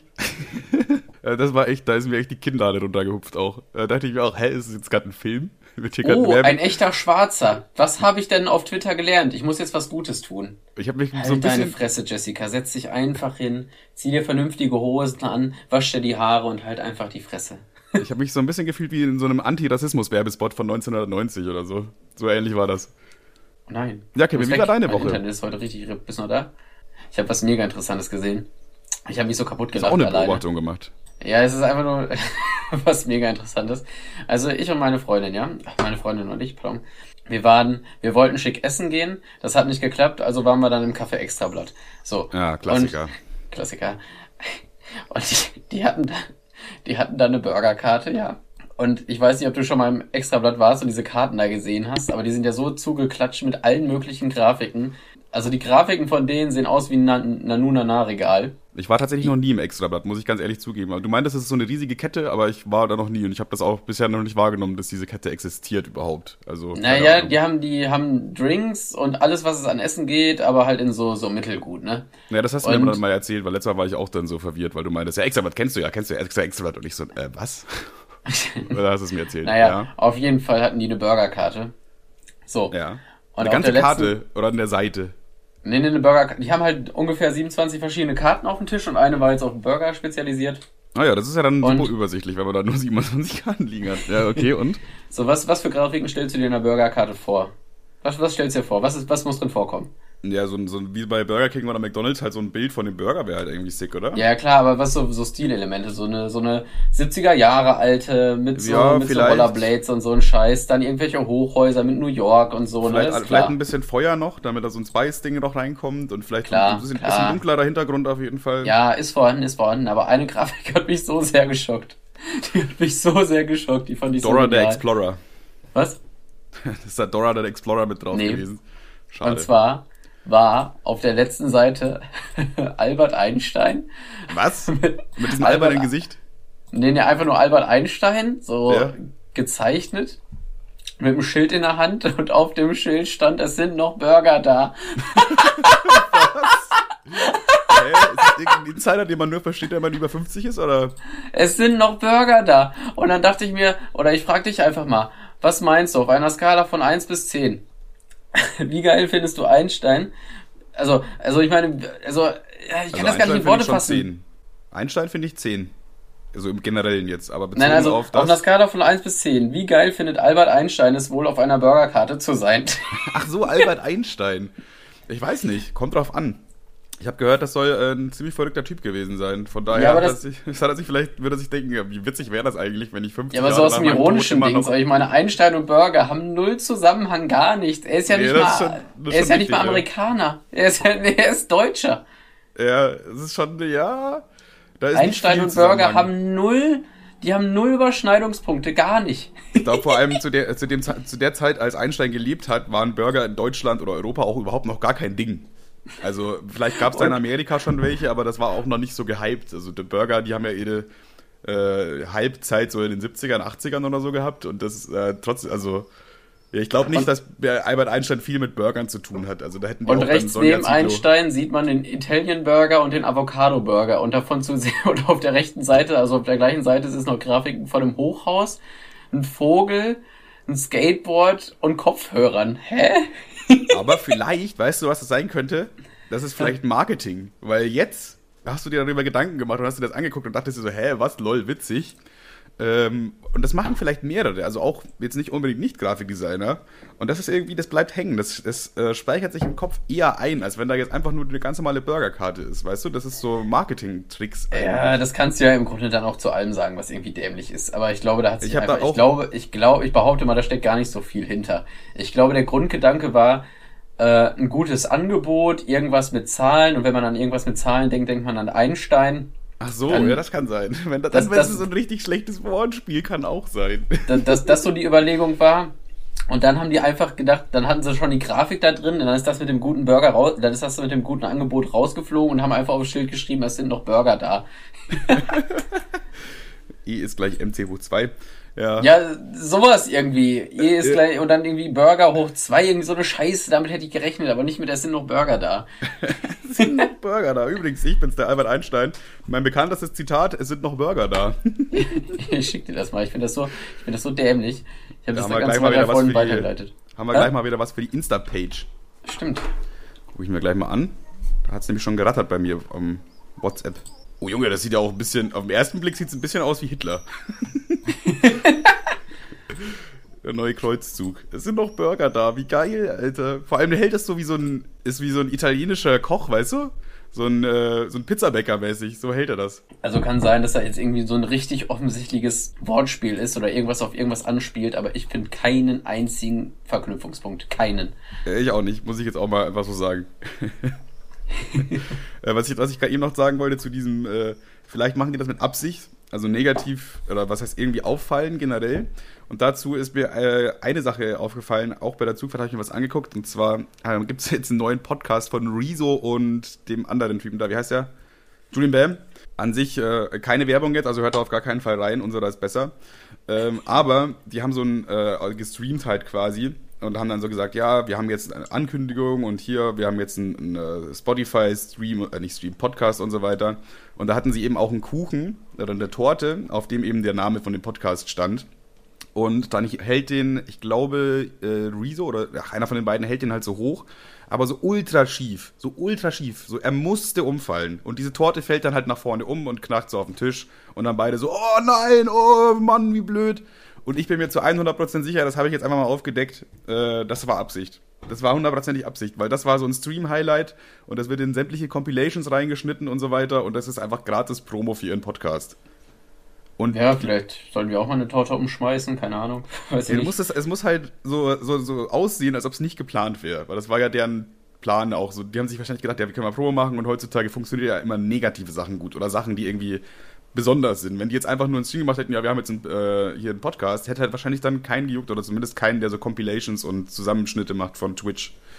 Ja, das war echt, da ist mir echt die Kinnlade runtergehupft auch. Da dachte ich mir auch, hä, ist es jetzt gerade ein Film? Wird hier grad Oh, Werbung- ein echter Schwarzer. Was habe ich denn auf Twitter gelernt? Ich muss jetzt was Gutes tun. Ich habe mich Halt so ein deine bisschen... Fresse, Jessica. Setz dich einfach hin, zieh dir vernünftige Hosen an, wasch dir die Haare und halt einfach die Fresse. Ich habe mich so ein bisschen gefühlt wie in so einem Anti-Rassismus-Werbespot von neunzehnhundertneunzig oder so. So ähnlich war das. Oh nein. Ja, Kevin, Du bist wie weg. war deine Mein Woche? Internet ist heute richtig RIP. Bist du noch da? Ich habe was mega Interessantes gesehen. Ich habe mich so kaputt Hast gelacht auch eine alleine. Beobachtung gemacht. Ja, es ist einfach nur was mega Interessantes. Also ich und meine Freundin, ja, Ach, meine Freundin und ich, pardon. Wir waren, wir wollten schick essen gehen. Das hat nicht geklappt, also waren wir dann im Café Extrablatt. So. Ja, Klassiker. Und, Klassiker. Und die, die hatten, da- die hatten da eine Burgerkarte, ja. Und ich weiß nicht, ob du schon mal im Extrablatt warst und diese Karten da gesehen hast, aber die sind ja so zugeklatscht mit allen möglichen Grafiken. Also die Grafiken von denen sehen aus wie ein Na- Nanunana-Regal. Ich war tatsächlich noch nie im Extrablatt, muss ich ganz ehrlich zugeben. Aber du meintest, es ist so eine riesige Kette, aber ich war da noch nie und ich habe das auch bisher noch nicht wahrgenommen, dass diese Kette existiert überhaupt. Also keine Naja, Ahnung. die haben, die haben Drinks und alles, was es an Essen geht, aber halt in so, so mittelgut, ne? Ja, das hast du mir Und- dann mal erzählt, weil letztes Mal war ich auch dann so verwirrt, weil du meintest, ja, Extrablatt kennst du ja, kennst du ja extra Extrablatt und ich so, äh, was? Oder hast du es mir erzählt? Naja, Ja. auf jeden Fall hatten die eine Burgerkarte. So. Ja. Und Eine auf ganze der letzten- Karte oder an der Seite. Nee, nee, eine Burgerkarte. Die haben halt ungefähr siebenundzwanzig verschiedene Karten auf dem Tisch und eine war jetzt auf Burger spezialisiert. Naja, das ist ja dann Und- super übersichtlich, wenn man da nur siebenundzwanzig Karten liegen hat. Ja, okay, und? So, was, was für Grafiken stellst du dir in einer Burgerkarte vor? Was, was stellst du dir vor? Was, ist, was muss drin vorkommen? Ja, so, ein- so ein- wie bei Burger King oder McDonald's halt so ein Bild von dem Burger wäre halt irgendwie sick, oder? Ja, klar, aber was so, so Stilelemente? So eine, so eine siebziger Jahre alte mit so, Ja, mit so vielleicht. Rollerblades und so ein Scheiß. Dann irgendwelche Hochhäuser mit New York und so, Vielleicht, ne? Ist vielleicht klar. ein bisschen Feuer noch, damit da so ein Spice-Ding noch reinkommt und vielleicht Klar, ein bisschen, klar. bisschen dunklerer Hintergrund auf jeden Fall. Ja, ist vorhanden, ist vorhanden, aber eine Grafik hat mich so sehr geschockt. Die hat mich so sehr geschockt, die fand ich Dora so the genial. Explorer. Was? Das ist da Dora the Explorer mit drauf Nee. gewesen. Schade. Und zwar war auf der letzten Seite Albert Einstein. Was? Mit diesem Albert- albernen Gesicht? Nee, nee, einfach nur Albert Einstein, so Ja. gezeichnet, mit einem Schild in der Hand und auf dem Schild stand, es sind noch Burger da. Hä? Ist das irgendein Insider, den man nur versteht, wenn man über fünfzig ist, oder? Es sind noch Burger da. Und dann dachte ich mir, oder ich frag dich einfach mal, was meinst du auf einer Skala von eins bis zehn? Wie geil findest du Einstein? Also, also ich meine, also, ja, ich kann Also das gar nicht in Einstein Worte finde ich schon fassen. zehn. Einstein finde ich zehn. Also im Generellen jetzt, aber bezogen Nein, also auf auf, das... einer Skala von eins bis zehn, wie geil findet Albert Einstein es wohl, auf einer Burgerkarte zu sein? Ach so, Albert Einstein. Ich weiß nicht, kommt drauf an. Ich habe gehört, das soll äh, ein ziemlich verrückter Typ gewesen sein. Von daher Ja, aber hat er das- sich, das hat er sich vielleicht, würde er sich denken, ja, wie witzig wäre das eigentlich, wenn ich fünfzig Ja, aber so Jahre aus dem nach meinem Tod ironischen immer Ding. noch- Aber ich meine, Einstein und Burger haben null Zusammenhang, gar nichts. Er ist ja Nee, nicht das mal, ist schon- das ist er ist schon ja nicht mal richtig, ja. Amerikaner. Er ist, ja, nee, er ist Deutscher. Ja, es ist schon, ja... Da ist nicht Einstein viel und Burger Zusammenhang. haben null, die haben null Überschneidungspunkte, gar nicht. Ich glaube, vor allem zu der, zu, dem, Ze- zu der Zeit, als Einstein gelebt hat, waren Burger in Deutschland oder Europa auch überhaupt noch gar kein Ding. Also vielleicht gab es da in Amerika schon welche, aber das war auch noch nicht so gehypt. Also die Burger, die haben ja ihre äh, Halbzeit so in den siebzigern, achtzigern oder so gehabt. Und das äh, trotzdem, also ja, ich glaube nicht, Und- dass Albert Einstein viel mit Burgern zu tun hat. Also da hätten die Und auch dann rechts Sonja neben Zietlow- Einstein sieht man den Italian Burger und den Avocado Burger. Und davon zu sehen, und auf der rechten Seite, also auf der gleichen Seite, ist noch Grafiken von einem Hochhaus, ein Vogel, ein Skateboard und Kopfhörern. Hä? Aber vielleicht, weißt du, was das sein könnte? Das ist vielleicht Marketing. Weil jetzt hast du dir darüber Gedanken gemacht und hast dir das angeguckt und dachtest dir so, hä, was, lol, witzig. Ähm, und das machen vielleicht mehrere, also auch jetzt nicht unbedingt Nicht-Grafikdesigner. Und das ist irgendwie, das bleibt hängen. Das, das äh, speichert sich im Kopf eher ein, als wenn da jetzt einfach nur eine ganz normale Burgerkarte ist, weißt du? Das ist so Marketing-Tricks. Ja, das kannst du ja im Grunde dann auch zu allem sagen, was irgendwie dämlich ist. Aber ich glaube, da hat sich Ich hab da einfach, auch- ich glaube, ich glaube, ich behaupte mal, da steckt gar nicht so viel hinter. Ich glaube, der Grundgedanke war, äh, ein gutes Angebot, irgendwas mit Zahlen, und wenn man an irgendwas mit Zahlen denkt, denkt man an Einstein. Ach so, Dann- ja, das kann sein. Wenn das, Das- das, wenn das- es so ein richtig schlechtes Wortspiel kann auch sein. Dass das, das so die Überlegung war. Und dann haben die einfach gedacht, dann hatten sie schon die Grafik da drin, und dann ist das mit dem guten Burger raus, dann ist das mit dem guten Angebot rausgeflogen und haben einfach auf das Schild geschrieben, es sind noch Burger da. E ist gleich M C hoch zwei. Ja. Ja, sowas irgendwie. E ist Äh, gleich, und dann irgendwie Burger hoch zwei, irgendwie so eine Scheiße, damit hätte ich gerechnet, aber nicht mit, es sind noch Burger da. Es sind noch Burger da. Übrigens, ich bin's, der Albert Einstein. Mein bekanntestes Zitat, es sind noch Burger da. Ich schick dir das mal, ich finde das so, ich finde das so dämlich. Ich habe Da das haben da wir ganz gleich mal normal wieder was vorhin für die- weitergeleitet. Haben wir Ja? gleich mal wieder was für die Insta-Page. Stimmt. Guck ich mir gleich mal an. Da hat's nämlich schon gerattert bei mir am WhatsApp. Oh Junge, das sieht ja auch ein bisschen, auf den ersten Blick sieht's ein bisschen aus wie Hitler. Der neue Kreuzzug. Es sind noch Burger da, wie geil, Alter. Vor allem, der hält das so wie so ein, ist wie so ein italienischer Koch, weißt du? So ein, äh, so ein Pizzabäcker mäßig, so hält er das. Also kann sein, dass da jetzt irgendwie so ein richtig offensichtliches Wortspiel ist oder irgendwas auf irgendwas anspielt, aber ich finde keinen einzigen Verknüpfungspunkt. Keinen. Äh, Ich auch nicht, muss ich jetzt auch mal einfach so sagen. Äh, was ich, was ich gerade eben noch sagen wollte zu diesem, äh, vielleicht machen die das mit Absicht, also negativ, oder was heißt irgendwie auffallen generell. Und dazu ist mir äh, eine Sache aufgefallen, auch bei der Zugfahrt habe ich mir was angeguckt, und zwar äh, gibt es jetzt einen neuen Podcast von Rezo und dem anderen Typen da, wie heißt der? Julian Bam. An sich äh, keine Werbung jetzt, also hört da auf gar keinen Fall rein, unserer ist besser. Ähm, aber die haben so ein äh, gestreamt halt quasi und haben dann so gesagt, ja, wir haben jetzt eine Ankündigung und hier, wir haben jetzt einen, einen Spotify-Stream, äh, nicht Stream, Podcast und so weiter. Und da hatten sie eben auch einen Kuchen oder eine Torte, auf dem eben der Name von dem Podcast stand. Und dann hält den, ich glaube, äh, Rezo oder ach, einer von den beiden hält den halt so hoch, aber so ultra schief, so ultra schief, so er musste umfallen. Und diese Torte fällt dann halt nach vorne um und knackt so auf den Tisch. Und dann beide so, oh nein, oh Mann, wie blöd. Und ich bin mir zu hundert Prozent sicher, das habe ich jetzt einfach mal aufgedeckt, äh, das war Absicht. Das war hundertprozentig Absicht, weil das war so ein Stream-Highlight und das wird in sämtliche Compilations reingeschnitten und so weiter und das ist einfach gratis Promo für ihren Podcast. Und Ja, vielleicht sollen wir auch mal eine Torte umschmeißen, keine Ahnung. Weiß Ja, ich du nicht. musst das, es muss halt so, so, so aussehen, als ob es nicht geplant wäre. Weil das war ja deren Plan auch so. Die haben sich wahrscheinlich gedacht, ja, wir können mal Promo machen und heutzutage funktionieren ja immer negative Sachen gut oder Sachen, die irgendwie besonders sind. Wenn die jetzt einfach nur einen Stream gemacht hätten, ja, wir haben jetzt einen, äh, hier einen Podcast, hätte halt wahrscheinlich dann keinen gejuckt oder zumindest keinen, der so Compilations und Zusammenschnitte macht von Twitch.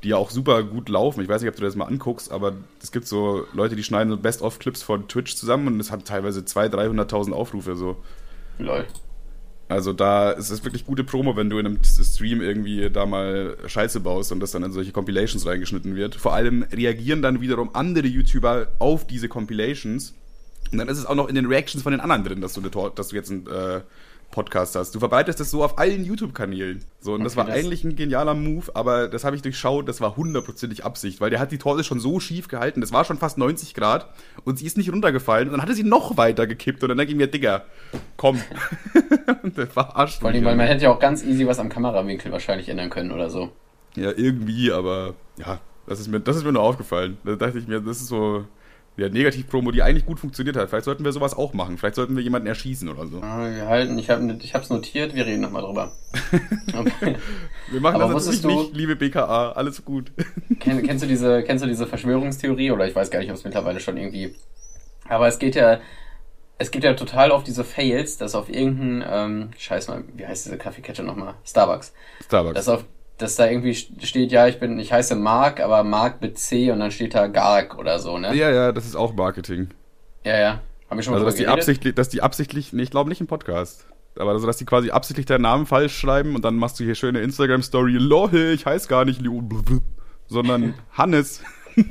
die ja auch super gut laufen. Ich weiß nicht, ob du das mal anguckst, aber es gibt so Leute, die schneiden so Best-of-Clips von Twitch zusammen und es hat teilweise zweihunderttausend, dreihunderttausend Aufrufe. So. Lol. Also da ist es wirklich gute Promo, wenn du in einem Stream irgendwie da mal Scheiße baust und das dann in solche Compilations reingeschnitten wird. Vor allem reagieren dann wiederum andere YouTuber auf diese Compilations. Und dann ist es auch noch in den Reactions von den anderen drin, dass du, eine, dass du jetzt einen äh, Podcast hast. Du verbreitest das so auf allen YouTube-Kanälen. So, und okay, das war das eigentlich ein genialer Move, aber das habe ich durchschaut, das war hundertprozentig Absicht, weil der hat die Torte schon so schief gehalten, das war schon fast neunzig Grad und sie ist nicht runtergefallen und dann hat er sie noch weiter gekippt und dann denke ich mir, Digga, komm. Und der verarscht Vor allem, weil man hätte ja auch ganz easy was am Kamerawinkel wahrscheinlich ändern können oder so. Ja, irgendwie, aber ja, das ist mir, das ist mir nur aufgefallen. Da dachte ich mir, das ist so... Ja, Negativ-Promo, die eigentlich gut funktioniert hat. Vielleicht sollten wir sowas auch machen. Vielleicht sollten wir jemanden erschießen oder so. Ah, wir halten, ich habe ich hab's notiert, wir reden nochmal drüber. Okay. Wir machen aber das natürlich nicht, liebe B K A, alles gut. Kenn, kennst du diese, kennst du diese Verschwörungstheorie? Oder ich weiß gar nicht, ob es mittlerweile schon irgendwie... Aber es geht ja, es geht ja total auf diese Fails, dass auf irgendein, ähm, scheiß mal, wie heißt diese Kaffeekette nochmal? Starbucks. Starbucks. Dass auf dass da irgendwie steht, ja, ich bin, ich heiße Mark, aber Mark mit C und dann steht da Garg oder so, ne? Ja, ja, das ist auch Marketing. Ja, ja. Haben wir schon mal also, drüber dass die geredet? absichtlich, dass die absichtlich, nee, ich glaube nicht im Podcast, aber also, dass die quasi absichtlich deinen Namen falsch schreiben und dann machst du hier schöne Instagram-Story, lol, ich heiße gar nicht Leo, sondern Hannes.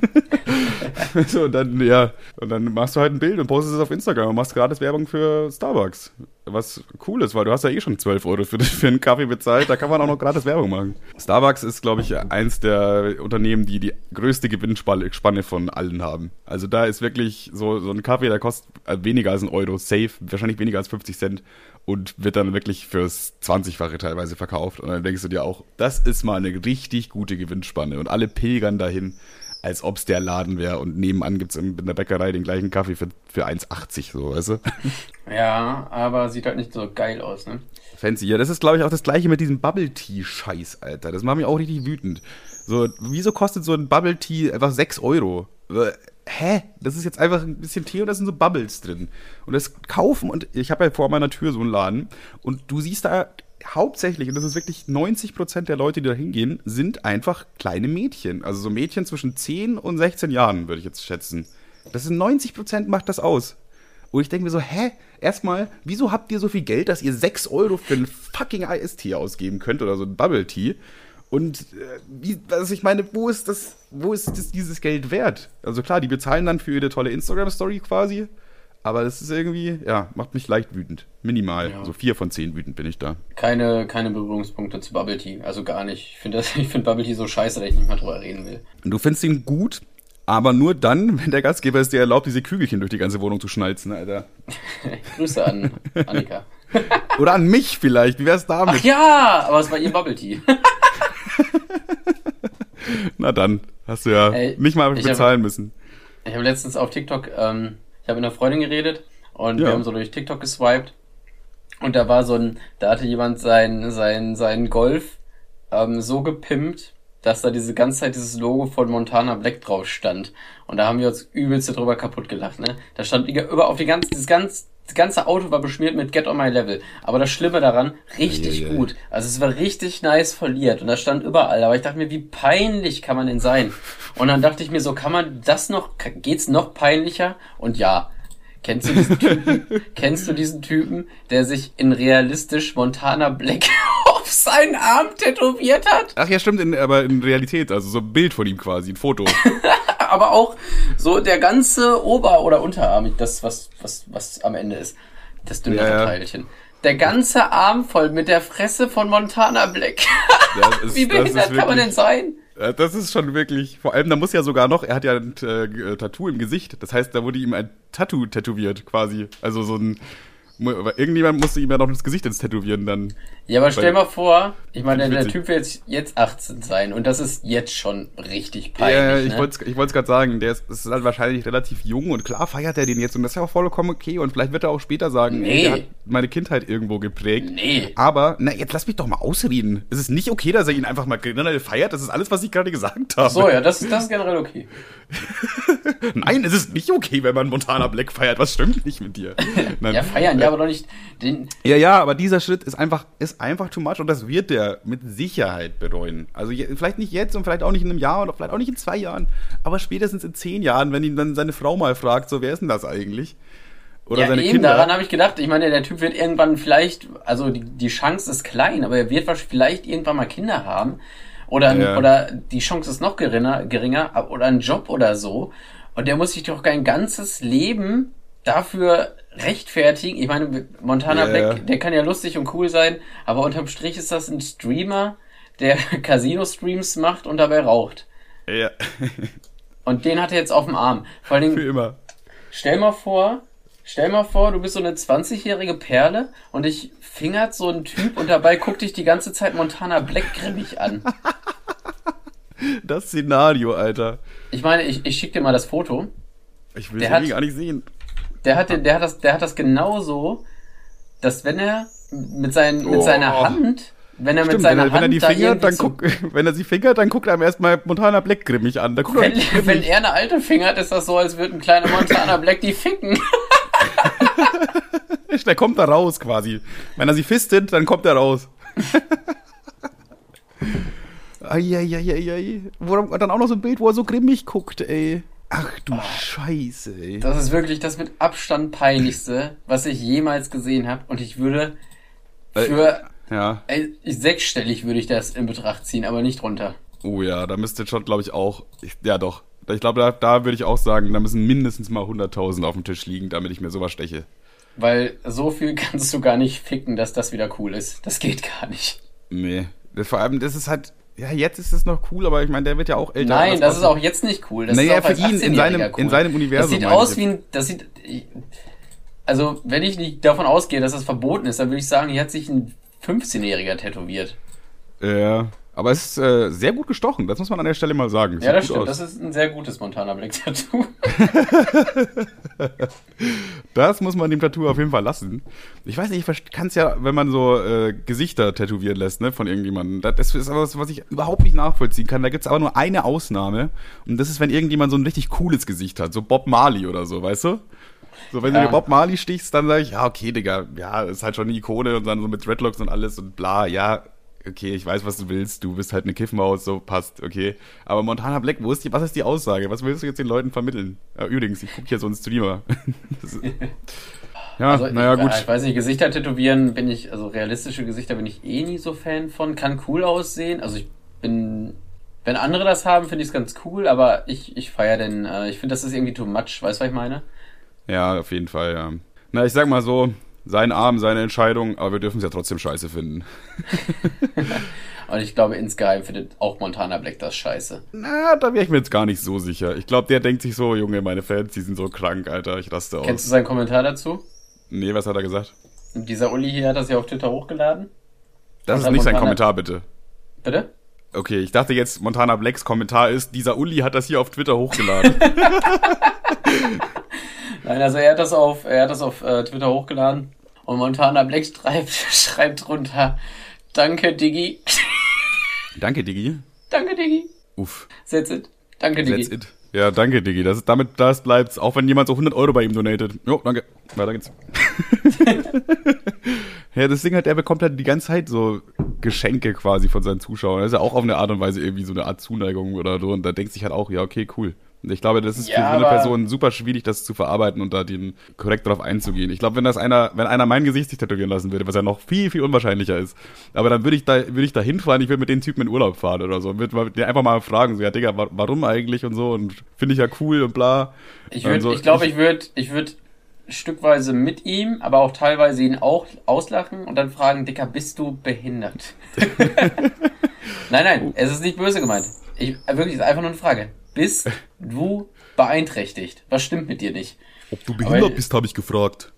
So, und dann, ja, und dann machst du halt ein Bild und postest es auf Instagram und machst gratis Werbung für Starbucks. Was cool ist, weil du hast ja eh schon zwölf Euro für, für einen Kaffee bezahlt, da kann man auch noch gratis Werbung machen. Starbucks ist, glaube ich, eins der Unternehmen, die die größte Gewinnspanne von allen haben. Also da ist wirklich so, so ein Kaffee, der kostet weniger als ein Euro, safe, wahrscheinlich weniger als fünfzig Cent und wird dann wirklich fürs zwanzigfache teilweise verkauft. Und dann denkst du dir auch, das ist mal eine richtig gute Gewinnspanne und alle pilgern dahin, als ob es der Laden wäre und nebenan gibt es in der Bäckerei den gleichen Kaffee für, für eins achtzig, so, weißt du? Ja, aber sieht halt nicht so geil aus, ne? Fancy, ja, das ist, glaube ich, auch das Gleiche mit diesem Bubble-Tea-Scheiß, Alter. Das macht mich auch richtig wütend. So, wieso kostet so ein Bubble-Tea einfach sechs Euro? Hä? Das ist jetzt einfach ein bisschen Tee und da sind so Bubbles drin. Und das kaufen, und ich habe ja vor meiner Tür so einen Laden, und du siehst da hauptsächlich, und das ist wirklich neunzig Prozent der Leute, die da hingehen, sind einfach kleine Mädchen. Also so Mädchen zwischen zehn und sechzehn Jahren, würde ich jetzt schätzen. Das sind neunzig Prozent macht das aus. Und ich denke mir so, hä? Erstmal, wieso habt ihr so viel Geld, dass ihr sechs Euro für einen fucking Eistee ausgeben könnt oder so ein Bubble Tea? Und äh, wie, also ich meine, wo ist das, wo ist das, dieses Geld wert? Also klar, die bezahlen dann für ihre tolle Instagram-Story quasi, aber das ist irgendwie, ja, macht mich leicht wütend. Minimal. Ja. So vier von zehn wütend bin ich da. Keine, keine Berührungspunkte zu Bubble Tea. Also gar nicht. Ich finde das, ich finde Bubble Tea so scheiße, dass ich nicht mal drüber reden will. Und du findest ihn gut, aber nur dann, wenn der Gastgeber es dir erlaubt, diese Kügelchen durch die ganze Wohnung zu schnalzen, Alter. Grüße an Annika. Oder an mich vielleicht. Wie wär's damit? Ach ja, aber es war ihr Bubble Tea. Na dann, hast du ja Ey, nicht mal bezahlen hab, müssen. Ich habe letztens auf TikTok, ähm, ich habe mit einer Freundin geredet und ja. wir haben so durch TikTok geswiped und da war so ein, da hatte jemand sein, sein, sein Golf ähm, so gepimpt, dass da diese ganze Zeit dieses Logo von Montana Black drauf stand. Und da haben wir uns übelst drüber kaputt gelacht, ne? Da stand über auf die ganze, dieses ganze, das ganze Auto war beschmiert mit Get on my level. Aber das Schlimme daran, richtig yeah, yeah. gut. Also es war richtig nice foliert und das stand überall. Aber ich dachte mir, wie peinlich kann man denn sein? Und dann dachte ich mir so, kann man das noch, geht's noch peinlicher? Und ja, kennst du diesen Typen, kennst du diesen Typen, der sich in realistisch Montana Black auf seinen Arm tätowiert hat? Ach ja, stimmt, in, aber in Realität, also so ein Bild von ihm quasi, ein Foto. Aber auch so der ganze Ober- oder Unterarm, das, was, was, was am Ende ist. Das dünnere ja, ja. Teilchen. Der ganze Arm voll mit der Fresse von Montana Black. Ja, ist, wie behindert kann man denn sein? Das ist schon wirklich, vor allem, da muss ja sogar noch, er hat ja ein äh, Tattoo im Gesicht, das heißt, da wurde ihm ein Tattoo tätowiert, quasi. Also so ein, irgendjemand musste ihm ja noch das Gesicht ins Tätowieren dann. Ja, aber stell mal vor, ich meine, der Typ wird jetzt, jetzt achtzehn sein und das ist jetzt schon richtig peinlich. Ja, ich ne? wollte ich wollte es gerade sagen, der ist, ist halt wahrscheinlich relativ jung und klar feiert er den jetzt und das ist ja auch vollkommen okay und vielleicht wird er auch später sagen, nee. der hat meine Kindheit irgendwo geprägt. Nee. Aber, na, jetzt lass mich doch mal ausreden. Es ist nicht okay, dass er ihn einfach mal generell feiert, das ist alles, was ich gerade gesagt habe. Ach so, ja, das, das ist generell okay. Nein, es ist nicht okay, wenn man Montana Black feiert, was stimmt nicht mit dir? Nein. Ja, feiern, ja, aber doch nicht den... Ja, ja, aber dieser Schritt ist einfach, ist einfach too much und das wird der mit Sicherheit bereuen. Also je, vielleicht nicht jetzt und vielleicht auch nicht in einem Jahr oder vielleicht auch nicht in zwei Jahren, aber spätestens in zehn Jahren, wenn ihn dann seine Frau mal fragt, so, wer ist denn das eigentlich? Oder ja, seine eben, Kinder. daran habe ich gedacht. Ich meine, der Typ wird irgendwann vielleicht, also die, die Chance ist klein, aber er wird vielleicht irgendwann mal Kinder haben. Oder, Ja. oder die Chance ist noch geringer, geringer, oder ein Job oder so. Und der muss sich doch kein ganzes Leben dafür rechtfertigen. Ich meine, Montana Ja, Black, ja. der kann ja lustig und cool sein, aber unterm Strich ist das ein Streamer, der Casino-Streams macht und dabei raucht. Ja, Und den hat er jetzt auf dem Arm. Vor allen für Dingen, immer. stell mal vor, stell mal vor, du bist so eine zwanzigjährige Perle und dich fingert so ein Typ und dabei guckt dich die ganze Zeit Montana Black grimmig an. Das Szenario, Alter. Ich meine, ich, ich schick dir mal das Foto. Ich will Der es hat- irgendwie gar nicht sehen. Der hat, den, der hat das, der hat das genauso, dass wenn er mit, seinen, mit Oh. seiner Hand, wenn er mit Stimmt, wenn seiner er, wenn er Hand die da fingert, irgendwie dann so- guck, wenn er sie fingert, dann guckt er ihm erstmal Montana Black grimmig an. Da guckt er wenn, richtig wenn grimmig. er eine alte fingert, ist das so, als würde ein kleiner Montana Black die ficken. Der kommt da raus quasi. Wenn er sie fistet, dann kommt er raus. Eieieiei. Wo dann auch noch so ein Bild, wo er so grimmig guckt, ey. Ach du Scheiße, ey. Das ist wirklich das mit Abstand peinlichste, was ich jemals gesehen habe. Und ich würde für Ja. ey, sechsstellig würde ich das in Betracht ziehen, aber nicht runter. Oh ja, da müsste schon, glaube ich, auch. Ich, ja, doch. Ich glaube, da, da würde ich auch sagen, da müssen mindestens mal hunderttausend auf dem Tisch liegen, damit ich mir sowas steche. Weil so viel kannst du gar nicht ficken, dass das wieder cool ist. Das geht gar nicht. Nee. Das, vor allem, das ist halt. Ja, jetzt ist es noch cool, aber ich meine, der wird ja auch älter. Nein, das ist aussehen. auch jetzt nicht cool. Das Naja, ist auch als für ihn in achtzehnjähriger seinem- in seinem Universum, Das sieht meine aus ich wie ein, das sieht, also wenn ich nicht davon ausgehe, dass das verboten ist, dann würde ich sagen, hier hat sich ein fünfzehnjähriger tätowiert. Ja. Aber es ist äh, sehr gut gestochen, das muss man an der Stelle mal sagen. Ja, das Sieht stimmt. gut aus. Das ist ein sehr gutes Montana Black Tattoo. Das muss man dem Tattoo auf jeden Fall lassen. Ich weiß nicht, ich kann es ja, wenn man so äh, Gesichter tätowieren lässt, ne, von irgendjemandem. Das ist aber was, was ich überhaupt nicht nachvollziehen kann. Da gibt's aber nur eine Ausnahme. Und das ist, wenn irgendjemand so ein richtig cooles Gesicht hat. So Bob Marley oder so, weißt du? So, wenn Ja. du dir Bob Marley stichst, dann sage ich, ja, okay, Digga, ja, ist halt schon eine Ikone und dann so mit Dreadlocks und alles und bla, ja, okay, ich weiß, was du willst, du bist halt eine Kiffmaus, so passt, okay. Aber Montana Black, wo ist die, was ist die Aussage? Was willst du jetzt den Leuten vermitteln? Ja, übrigens, ich gucke hier so einen Streamer. Das ist- ja, Also, naja, ich, gut. Ich weiß nicht, Gesichter tätowieren bin ich, also realistische Gesichter bin ich eh nie so Fan von. Kann cool aussehen. Also ich bin, wenn andere das haben, finde ich es ganz cool, aber ich, ich feiere den, äh, ich finde, das ist irgendwie too much. Weißt du, was ich meine? Ja, auf jeden Fall, ja. Na, ich sag mal so, sein Arm, seine Entscheidung, aber wir dürfen es ja trotzdem scheiße finden. Und ich glaube, insgeheim findet auch Montana Black das scheiße. Na, da wäre ich mir jetzt gar nicht so sicher. Ich glaube, der denkt sich so, Junge, meine Fans, die sind so krank, Alter, ich raste aus. Kennst du seinen Kommentar dazu? Nee, was hat er gesagt? Und dieser Uli hier hat das ja auf Twitter hochgeladen. Das Und ist hat nicht sein Montana- Kommentar, bitte. Bitte? Okay, ich dachte jetzt, Montana Blacks Kommentar ist, dieser Uli hat das hier auf Twitter hochgeladen. Nein, also er hat das auf, er hat das auf äh, Twitter hochgeladen. Und Montana Black schreibt, schreibt drunter, danke Diggi. Danke, Diggi. Danke Diggi. Uff, That's it. Danke Diggi. that's it. Ja, danke, Diggi. Das ist, damit, das bleibt's. Auch wenn jemand so hundert Euro bei ihm donatet. Jo, danke. Weiter geht's. Ja, das Ding halt, er bekommt halt die ganze Zeit so Geschenke quasi von seinen Zuschauern. Das ist ja auch auf eine Art und Weise irgendwie so eine Art Zuneigung oder so. Und da denkt sich halt auch, ja, okay, cool. Und ich glaube, das ist Ja, für so eine aber- Person super schwierig, das zu verarbeiten und da den korrekt darauf einzugehen. Ich glaube, wenn das einer, wenn einer mein Gesicht sich tätowieren lassen würde, was ja noch viel, viel unwahrscheinlicher ist, aber dann würde ich da, würde ich da hinfahren, ich würde mit den Typen in Urlaub fahren oder so und würde mal- den einfach mal fragen, so, ja, Digga, wa- warum eigentlich und so und finde ich ja cool und bla. Ich Und würde, so, ich glaube, ich würde, ich würde stückweise mit ihm, aber auch teilweise ihn auch auslachen und dann fragen, Dicker, bist du behindert? Nein, nein, es ist nicht böse gemeint. Ich, wirklich, es ist einfach nur eine Frage. Bist du beeinträchtigt? Was stimmt mit dir nicht? Ob du behindert Aber- bist, habe ich gefragt.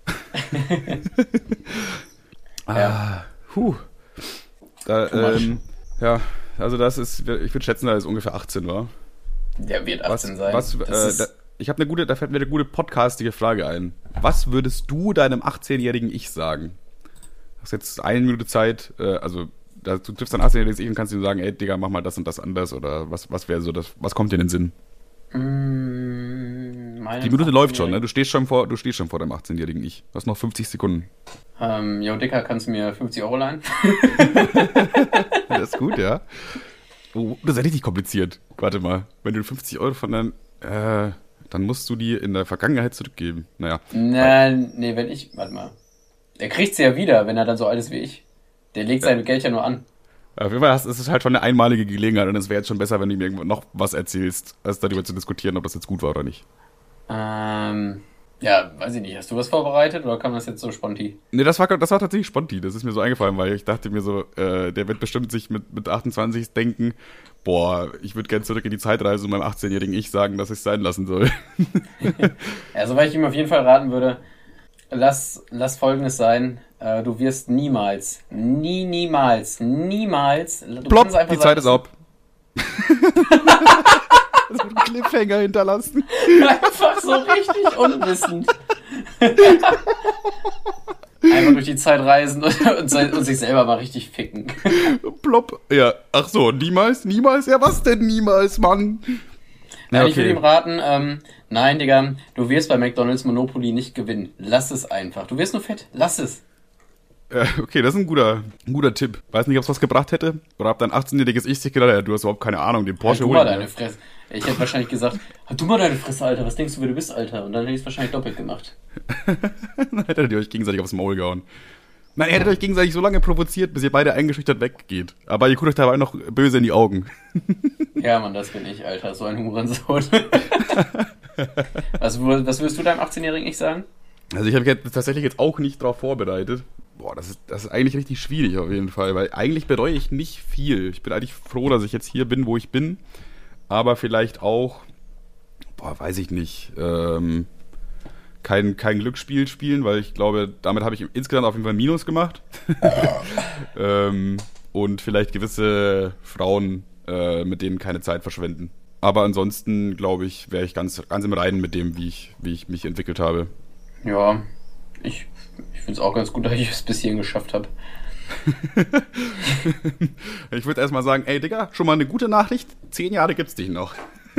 Ja. Puh. Da, Too much. ähm, ja, also das ist, ich würde schätzen, dass es ungefähr achtzehn war. Der wird Was, achtzehn sein. was, Das äh, ist, da, ich habe eine gute, da fällt mir eine gute podcastige Frage ein. Was würdest du deinem achtzehnjährigen Ich sagen? Du hast jetzt eine Minute Zeit, äh, also da, du triffst dein achtzehnjähriges Ich und kannst ihm sagen, ey Digga, mach mal das und das anders oder was, was wäre so das, was kommt dir in den Sinn? Mm, Meinen Die Minute läuft schon, ne? achtzehnjährigen. Du stehst schon vor, du stehst schon vor deinem achtzehnjährigen Ich. Du hast noch fünfzig Sekunden. Ähm, jo, Dicker, kannst du mir fünfzig Euro leihen? Das ist gut, ja. Oh, das ist ja richtig kompliziert. Warte mal. Wenn du fünfzig Euro von deinem, äh, dann musst du die in der Vergangenheit zurückgeben. Naja. Nein, nee, wenn ich, warte mal. Der kriegt sie ja wieder, wenn er dann so alt ist wie ich. Der legt sein Geld ja nur an. Auf jeden Fall, es ist halt schon eine einmalige Gelegenheit und es wäre jetzt schon besser, wenn du mir irgendwo noch was erzählst, als darüber zu diskutieren, ob das jetzt gut war oder nicht. Ähm, ja, weiß ich nicht. Hast du was vorbereitet oder kam das jetzt so spontan? Nee, das war, das war tatsächlich spontan. Das ist mir so eingefallen, weil ich dachte mir so, äh, der wird bestimmt sich mit, mit achtundzwanzig denken, boah, ich würde gerne zurück in die Zeit reisen und meinem achtzehnjährigen Ich sagen, dass ich es sein lassen soll. Ja, soweit ich ihm auf jeden Fall raten würde, lass, lass Folgendes sein. Äh, du wirst niemals, nie, niemals, niemals, du Plopp, kannst einfach die Zeit ist sagen, ab. Das wird einen Cliffhanger hinterlassen. einfach so richtig unwissend. Einfach durch die Zeit reisen und, und, se- und sich selber mal richtig ficken. Plopp. Ja, ach so, niemals, niemals? Ja, was denn niemals, Mann? Ja, ich würde ihm raten, ähm, nein, Digga, du wirst bei McDonald's Monopoly nicht gewinnen. Lass es einfach. Du wirst nur fett. Lass es. Ja, okay, das ist ein guter, ein guter Tipp. Weiß nicht, ob es was gebracht hätte. Oder ob dein achtzehnjähriges Ich sich gedacht hat, ja, du hast überhaupt keine Ahnung, den Porsche Halt du mal holen. deine Fresse. Ich hätte wahrscheinlich gesagt, halt du mal deine Fresse, Alter. Was denkst du, wer du bist, Alter? Und dann hätte ich es wahrscheinlich doppelt gemacht. Dann hättet ihr euch gegenseitig aufs Maul gehauen. Nein, ihr hättet euch gegenseitig so lange provoziert, bis ihr beide eingeschüchtert weggeht. Aber ihr guckt euch dabei noch böse in die Augen. Ja, Mann, das bin ich, Alter. So ein Hurensohn. was, wür- was würdest du deinem achtzehnjährigen Ich sagen? Also ich habe mich jetzt tatsächlich jetzt auch nicht drauf vorbereitet. Boah, das ist, das ist eigentlich richtig schwierig auf jeden Fall, weil eigentlich bereue ich nicht viel. Ich bin eigentlich froh, dass ich jetzt hier bin, wo ich bin. Aber vielleicht auch, boah, weiß ich nicht, ähm, kein, kein Glücksspiel spielen, weil ich glaube, damit habe ich insgesamt auf jeden Fall Minus gemacht. ähm, und vielleicht gewisse Frauen, äh, mit denen keine Zeit verschwenden. Aber ansonsten, glaube ich, wäre ich ganz, ganz im Reinen mit dem, wie ich, wie ich mich entwickelt habe. Ja, ich, ich finde es auch ganz gut, dass ich es bis hierhin geschafft habe. Ich würde erstmal sagen, ey Digga, schon mal eine gute Nachricht, zehn Jahre gibt's dich noch.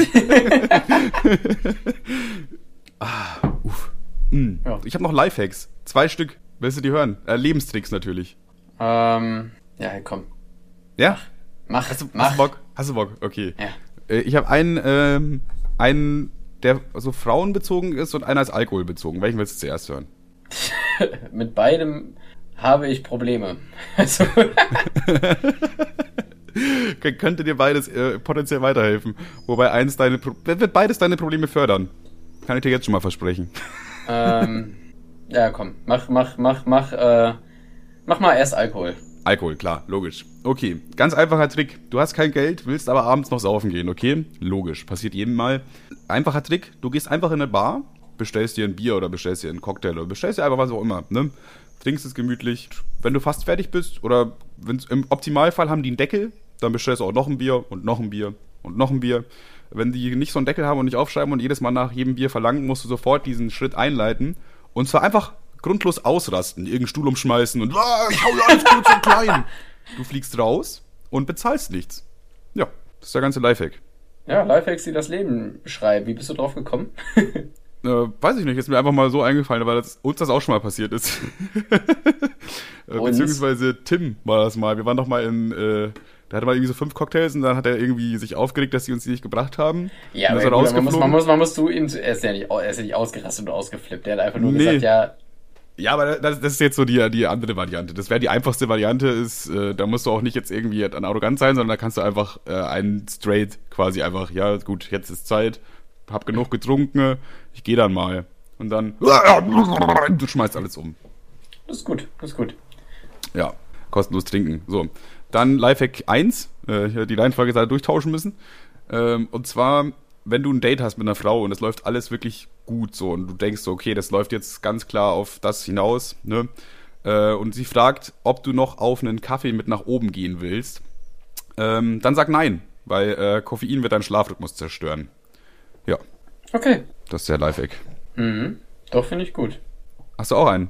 ah, uff. Mm. Ja. Ich habe noch Lifehacks, zwei Stück, willst du die hören? Äh, Lebenstricks natürlich. Ähm, ja, komm. Ja? Mach, Hast du, mach. hast du Bock? Hast du Bock? Okay. Ja. Äh, ich habe einen, ähm, einen, der so frauenbezogen ist und einer ist alkoholbezogen. Welchen willst du zuerst hören? Mit beidem habe ich Probleme. Also, K- könnte dir beides äh, potenziell weiterhelfen. Wobei eins deine Pro- wird beides deine Probleme fördern. Kann ich dir jetzt schon mal versprechen. ähm, ja, komm. Mach, mach, mach, mach, äh, mach mal erst Alkohol. Alkohol, klar, logisch. Okay, ganz einfacher Trick. Du hast kein Geld, willst aber abends noch saufen gehen, okay? Logisch, passiert jedem Mal. Einfacher Trick, du gehst einfach in eine Bar, bestellst dir ein Bier oder bestellst dir einen Cocktail oder bestellst dir einfach was auch immer, ne? Trinkst es gemütlich. Wenn du fast fertig bist oder wenn's, im Optimalfall haben die einen Deckel, dann bestellst du auch noch ein Bier und noch ein Bier und noch ein Bier. Wenn die nicht so einen Deckel haben und nicht aufschreiben und jedes Mal nach jedem Bier verlangen, musst du sofort diesen Schritt einleiten und zwar einfach grundlos ausrasten, irgendeinen Stuhl umschmeißen und ah, ich hau dir alles kurz und klein. Du fliegst raus und bezahlst nichts. Ja, das ist der ganze Lifehack. Ja, Lifehacks, die das Leben beschreiben. Wie bist du drauf gekommen? Äh, weiß ich nicht, ist mir einfach mal so eingefallen, weil das, uns das auch schon mal passiert ist. äh, Uns? beziehungsweise Tim war das mal. Wir waren doch mal in, äh, der hatte mal irgendwie so fünf Cocktails und dann hat er irgendwie sich aufgeregt, dass sie uns die nicht gebracht haben. Ja, und aber ist er gut, man, muss, rausgeflogen. man, muss, man muss zu ihm, zu- er ist ja nicht, au- er ist ja nicht ausgerastet und ausgeflippt. Der hat einfach nur Nee. gesagt, ja, Ja, aber das, das ist jetzt so die, die andere Variante. Das wäre die einfachste Variante, ist, äh, da musst du auch nicht jetzt irgendwie an arrogant sein, sondern da kannst du einfach äh, einen straight quasi einfach, ja gut, jetzt ist Zeit, hab genug getrunken, ich gehe dann mal. Und dann, du schmeißt alles um. das ist gut, das ist gut. Ja, kostenlos trinken. So, dann Lifehack eins, äh, hier die Reihenfolge leider durchtauschen müssen. Ähm, und zwar, wenn du ein Date hast mit einer Frau und es läuft alles wirklich gut so und du denkst so, okay, das läuft jetzt ganz klar auf das hinaus, ne? Äh, und sie fragt, ob du noch auf einen Kaffee mit nach oben gehen willst, ähm, dann sag nein, weil äh, Koffein wird deinen Schlafrhythmus zerstören. Ja, Okay. das ist der Lifehack. Mhm. Doch, finde ich gut. Hast du auch einen?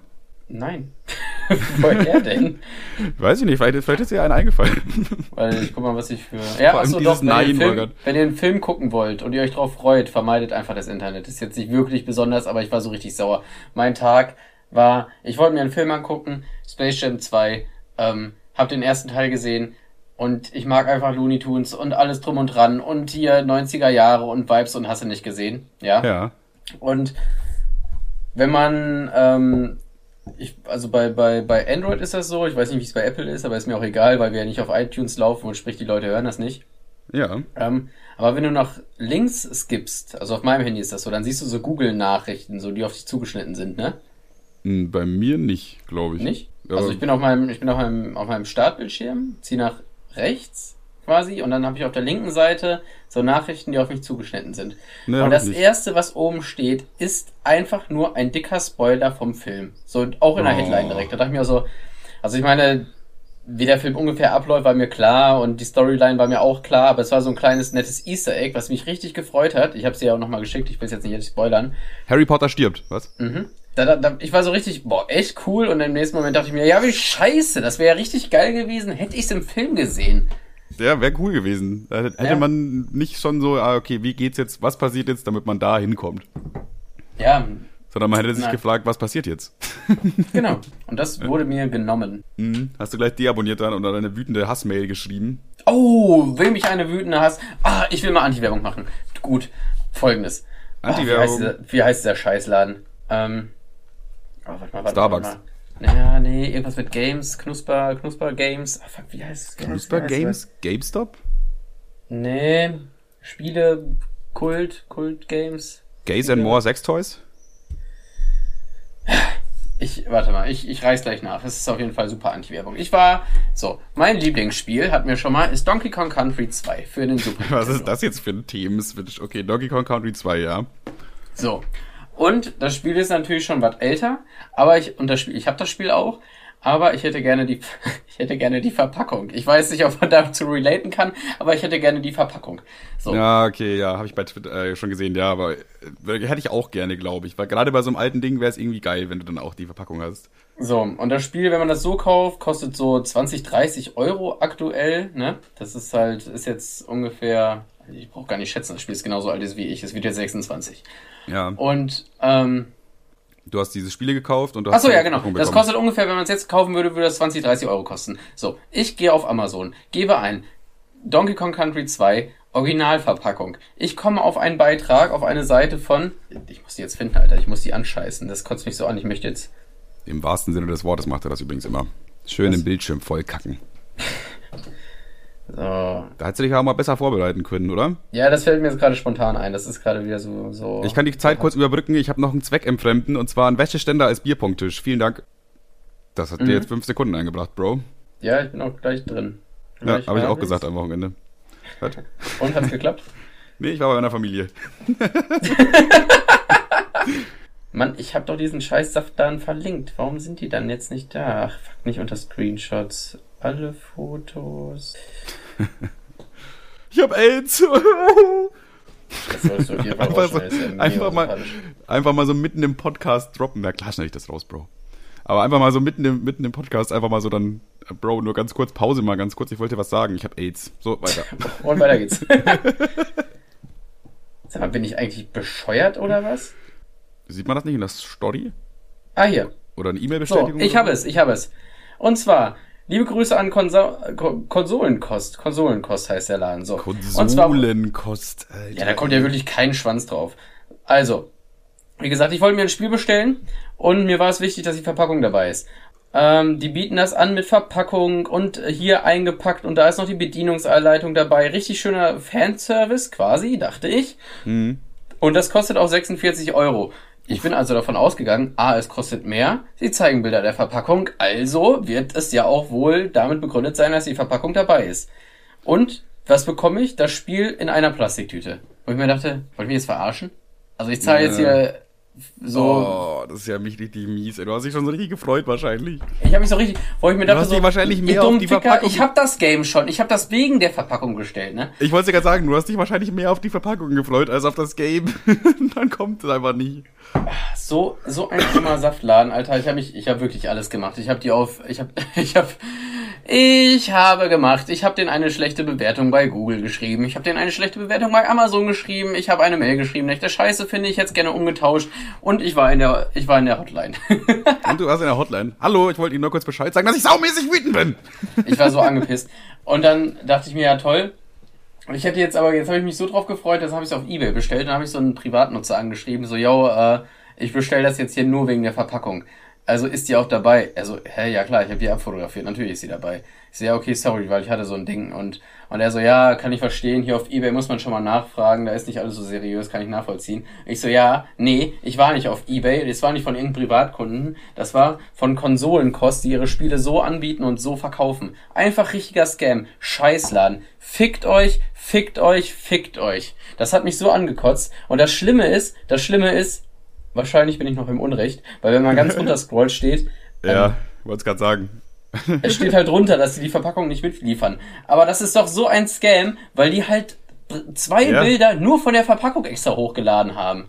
Nein. Woher denn? Weiß ich nicht, vielleicht, vielleicht ist dir einer eingefallen. Weil ich guck mal, was ich für... Ja, achso, doch, wenn, Nein, ihr Film, wenn ihr einen Film gucken wollt und ihr euch drauf freut, vermeidet einfach das Internet. Das ist jetzt nicht wirklich besonders, aber ich war so richtig sauer. Mein Tag war, ich wollte mir einen Film angucken, Space Jam zwei, ähm, hab den ersten Teil gesehen und ich mag einfach Looney Tunes und alles drum und dran und hier neunziger Jahre und Vibes und hast du nicht gesehen, ja? Ja. Und wenn man, ähm, ich, also bei, bei, bei Android ist das so, ich weiß nicht, wie es bei Apple ist, aber ist mir auch egal, weil wir ja nicht auf iTunes laufen und sprich, die Leute hören das nicht. Ja. Ähm, aber wenn du nach links skippst, also auf meinem Handy ist das so, dann siehst du so Google-Nachrichten, so die auf dich zugeschnitten sind, ne? Bei mir nicht, glaube ich. Nicht? Aber also ich bin auf meinem, ich bin auf meinem, auf meinem Startbildschirm, zieh nach rechts quasi und dann habe ich auf der linken Seite so Nachrichten, die auf mich zugeschnitten sind. Nee, und das erste, was oben steht, ist einfach nur ein dicker Spoiler vom Film. So auch in der Oh. Headline direkt. Da dachte ich mir so, also ich meine, wie der Film ungefähr abläuft, war mir klar und die Storyline war mir auch klar, aber es war so ein kleines nettes Easter Egg, was mich richtig gefreut hat. Ich habe sie ja auch nochmal geschickt, ich will es jetzt nicht spoilern. Harry Potter stirbt, was? Mhm. Da, da, da, ich war so richtig, boah, echt cool und im nächsten Moment dachte ich mir, ja, wie scheiße, das wäre ja richtig geil gewesen, hätte ich es im Film gesehen. Ja, wäre cool gewesen. Da hätte Ja. man nicht schon so, ah, okay, wie geht's jetzt, was passiert jetzt, damit man da hinkommt. Ja, Sondern man hätte sich Nein. gefragt, was passiert jetzt? genau. Und das wurde mir genommen. Mhm. Hast du gleich deabonniert dann und dann eine wütende Hassmail geschrieben? Oh, wem ich eine wütende Hass. Ah, ich will mal Anti-Werbung machen. Gut, folgendes. Ach, wie, heißt dieser, wie heißt dieser Scheißladen? Ähm, oh, warte mal, warte Starbucks. Mal. Ja, nee, irgendwas mit Games, Knusper, Knusper Games. Ah, fuck, wie heißt es? Knusper Games? GameStop? Nee, Spiele, Kult, Kult Games. Gays and More Sex Toys? Ich, warte mal, ich, ich reiß gleich nach. Das ist auf jeden Fall super Anti-Werbung. Ich war, so, mein Lieblingsspiel, hatten wir schon mal, ist Donkey Kong Country zwei für den Super Was Nintendo. ist das jetzt für ein Themen-Switch? Okay, Donkey Kong Country zwei, ja. So. Und das Spiel ist natürlich schon was älter, aber ich, und das Spiel, ich habe das Spiel auch, aber ich hätte gerne die, ich hätte gerne die Verpackung. Ich weiß nicht, ob man dazu relaten kann, aber ich hätte gerne die Verpackung. So. Ja, okay, ja, habe ich bei Twitter äh, schon gesehen, ja, aber äh, hätte ich auch gerne, glaube ich. Weil gerade bei so einem alten Ding wäre es irgendwie geil, wenn du dann auch die Verpackung hast. So, und das Spiel, wenn man das so kauft, kostet so zwanzig, dreißig Euro aktuell, ne? Das ist halt, ist jetzt ungefähr, ich brauche gar nicht schätzen, das Spiel ist genauso alt wie ich, es wird jetzt sechsundzwanzig. Ja. Und, ähm, Du hast diese Spiele gekauft und du hast Achso, ja, eine genau. Verpackung Das bekommen. kostet ungefähr, wenn man es jetzt kaufen würde, würde das zwanzig, dreißig Euro kosten. So, ich gehe auf Amazon, gebe ein Donkey Kong Country zwei, Originalverpackung. Ich komme auf einen Beitrag, auf eine Seite von, ich muss die jetzt finden, Alter, ich muss die anscheißen, das kotzt mich so an, ich möchte jetzt... Im wahrsten Sinne des Wortes macht er das übrigens immer. Schön Was? im Bildschirm voll kacken. So. Da hättest du dich auch mal besser vorbereiten können, oder? Ja, das fällt mir jetzt gerade spontan ein, das ist gerade wieder so... so Ich kann die Zeit kurz überbrücken. Ich habe noch einen Zweck entfremden und zwar einen Wäscheständer als Bierpunkttisch. Vielen Dank. Das hat Mhm. dir jetzt fünf Sekunden eingebracht, Bro. Ja, ich bin auch gleich drin. Ja, Gleich habe ich auch weiß gesagt ich's. am Wochenende. Was? Und, hat's geklappt? Nee, ich war bei meiner Familie. Mann, ich habe doch diesen Scheißsaft dann verlinkt. Warum sind die dann jetzt nicht da? Ach, fuck, nicht unter Screenshots. Alle Fotos. Ich hab AIDS. Das sollst du dir Einfach, so, vorstellen. Das ist ja mega einfach, mal, sympathisch. einfach mal so mitten im Podcast droppen. Na klar schneide ich das raus, Bro. Aber einfach mal so mitten im, mitten im Podcast, einfach mal so dann, äh, Bro, nur ganz kurz, Pause mal ganz kurz. Ich wollte dir was sagen. Ich hab AIDS. So, weiter. Und weiter geht's. Sag mal, bin ich eigentlich bescheuert oder was? Sieht man das nicht in der Story? Ah, hier. Oder eine So, E-Mail-Bestätigung? ich oder habe es, ich habe es. Und zwar, liebe Grüße an Konso Ko Konsolenkost. Konsolenkost heißt der Laden. So. Und zwar, Konsolenkost, Alter. ja, da kommt ja wirklich kein Schwanz drauf. Also, wie gesagt, ich wollte mir ein Spiel bestellen und mir war es wichtig, dass die Verpackung dabei ist. Ähm, die bieten das an mit Verpackung und hier eingepackt und da ist noch die Bedienungsanleitung dabei. Richtig schöner Fanservice quasi, dachte ich. Mhm. Und das kostet auch sechsundvierzig Euro. Ich bin also davon ausgegangen, A, es kostet mehr, sie zeigen Bilder der Verpackung, also wird es ja auch wohl damit begründet sein, dass die Verpackung dabei ist. Und, was bekomme ich? Das Spiel in einer Plastiktüte. Wo ich mir dachte, wollt ihr mich jetzt verarschen? Also ich zahle jetzt Ja. hier So. Oh, das ist ja mich richtig mies. Ey. Du hast dich schon so richtig gefreut wahrscheinlich. Ich habe mich so richtig, wo ich mir dachte, du hast so, dich wahrscheinlich mehr auf die Verpackung. Ich habe das Game schon, ich habe das wegen der Verpackung gestellt, ne? Ich wollte dir gerade sagen, du hast dich wahrscheinlich mehr auf die Verpackung gefreut als auf das Game. Dann kommt es einfach nie. So, so ein dummer Saftladen, Alter. Ich habe mich, ich habe wirklich alles gemacht. Ich habe die auf, ich habe, ich habe, ich habe gemacht. Ich habe denen eine schlechte Bewertung bei Google geschrieben. Ich habe denen eine schlechte Bewertung bei Amazon geschrieben. Ich habe eine Mail geschrieben, dass ich das scheiße finde. Ich hätte es gerne umgetauscht. Und ich war in der, ich war in der Hotline. Und du warst in der Hotline. Hallo, ich wollte Ihnen nur kurz Bescheid sagen, dass ich saumäßig wütend bin. Ich war so angepisst. Und dann dachte ich mir, ja toll. Und ich hätte jetzt aber, jetzt habe ich mich so drauf gefreut, dass habe ich es auf eBay bestellt. Dann habe ich so einen Privatnutzer angeschrieben, so, yo, äh, ich bestelle das jetzt hier nur wegen der Verpackung. Also ist die auch dabei? Also, hä, ja klar, ich habe die abfotografiert, natürlich ist sie dabei. Ich so, ja, okay, sorry, weil ich hatte so ein Ding. Und und er so, ja, kann ich verstehen, hier auf eBay muss man schon mal nachfragen, da ist nicht alles so seriös, kann ich nachvollziehen. Ich so, ja, nee, ich war nicht auf eBay, das war nicht von irgendeinem Privatkunden, das war von Konsolenkost, die ihre Spiele so anbieten und so verkaufen. Einfach richtiger Scam, Scheißladen. Fickt euch, fickt euch, fickt euch. Das hat mich so angekotzt. Und das Schlimme ist, das Schlimme ist, wahrscheinlich bin ich noch im Unrecht, weil wenn man ganz runter scrollt steht... Ja, ähm, wollte es gerade sagen. Es steht halt drunter, dass sie die Verpackung nicht mitliefern. Aber das ist doch so ein Scam, weil die halt zwei ja. Bilder nur von der Verpackung extra hochgeladen haben.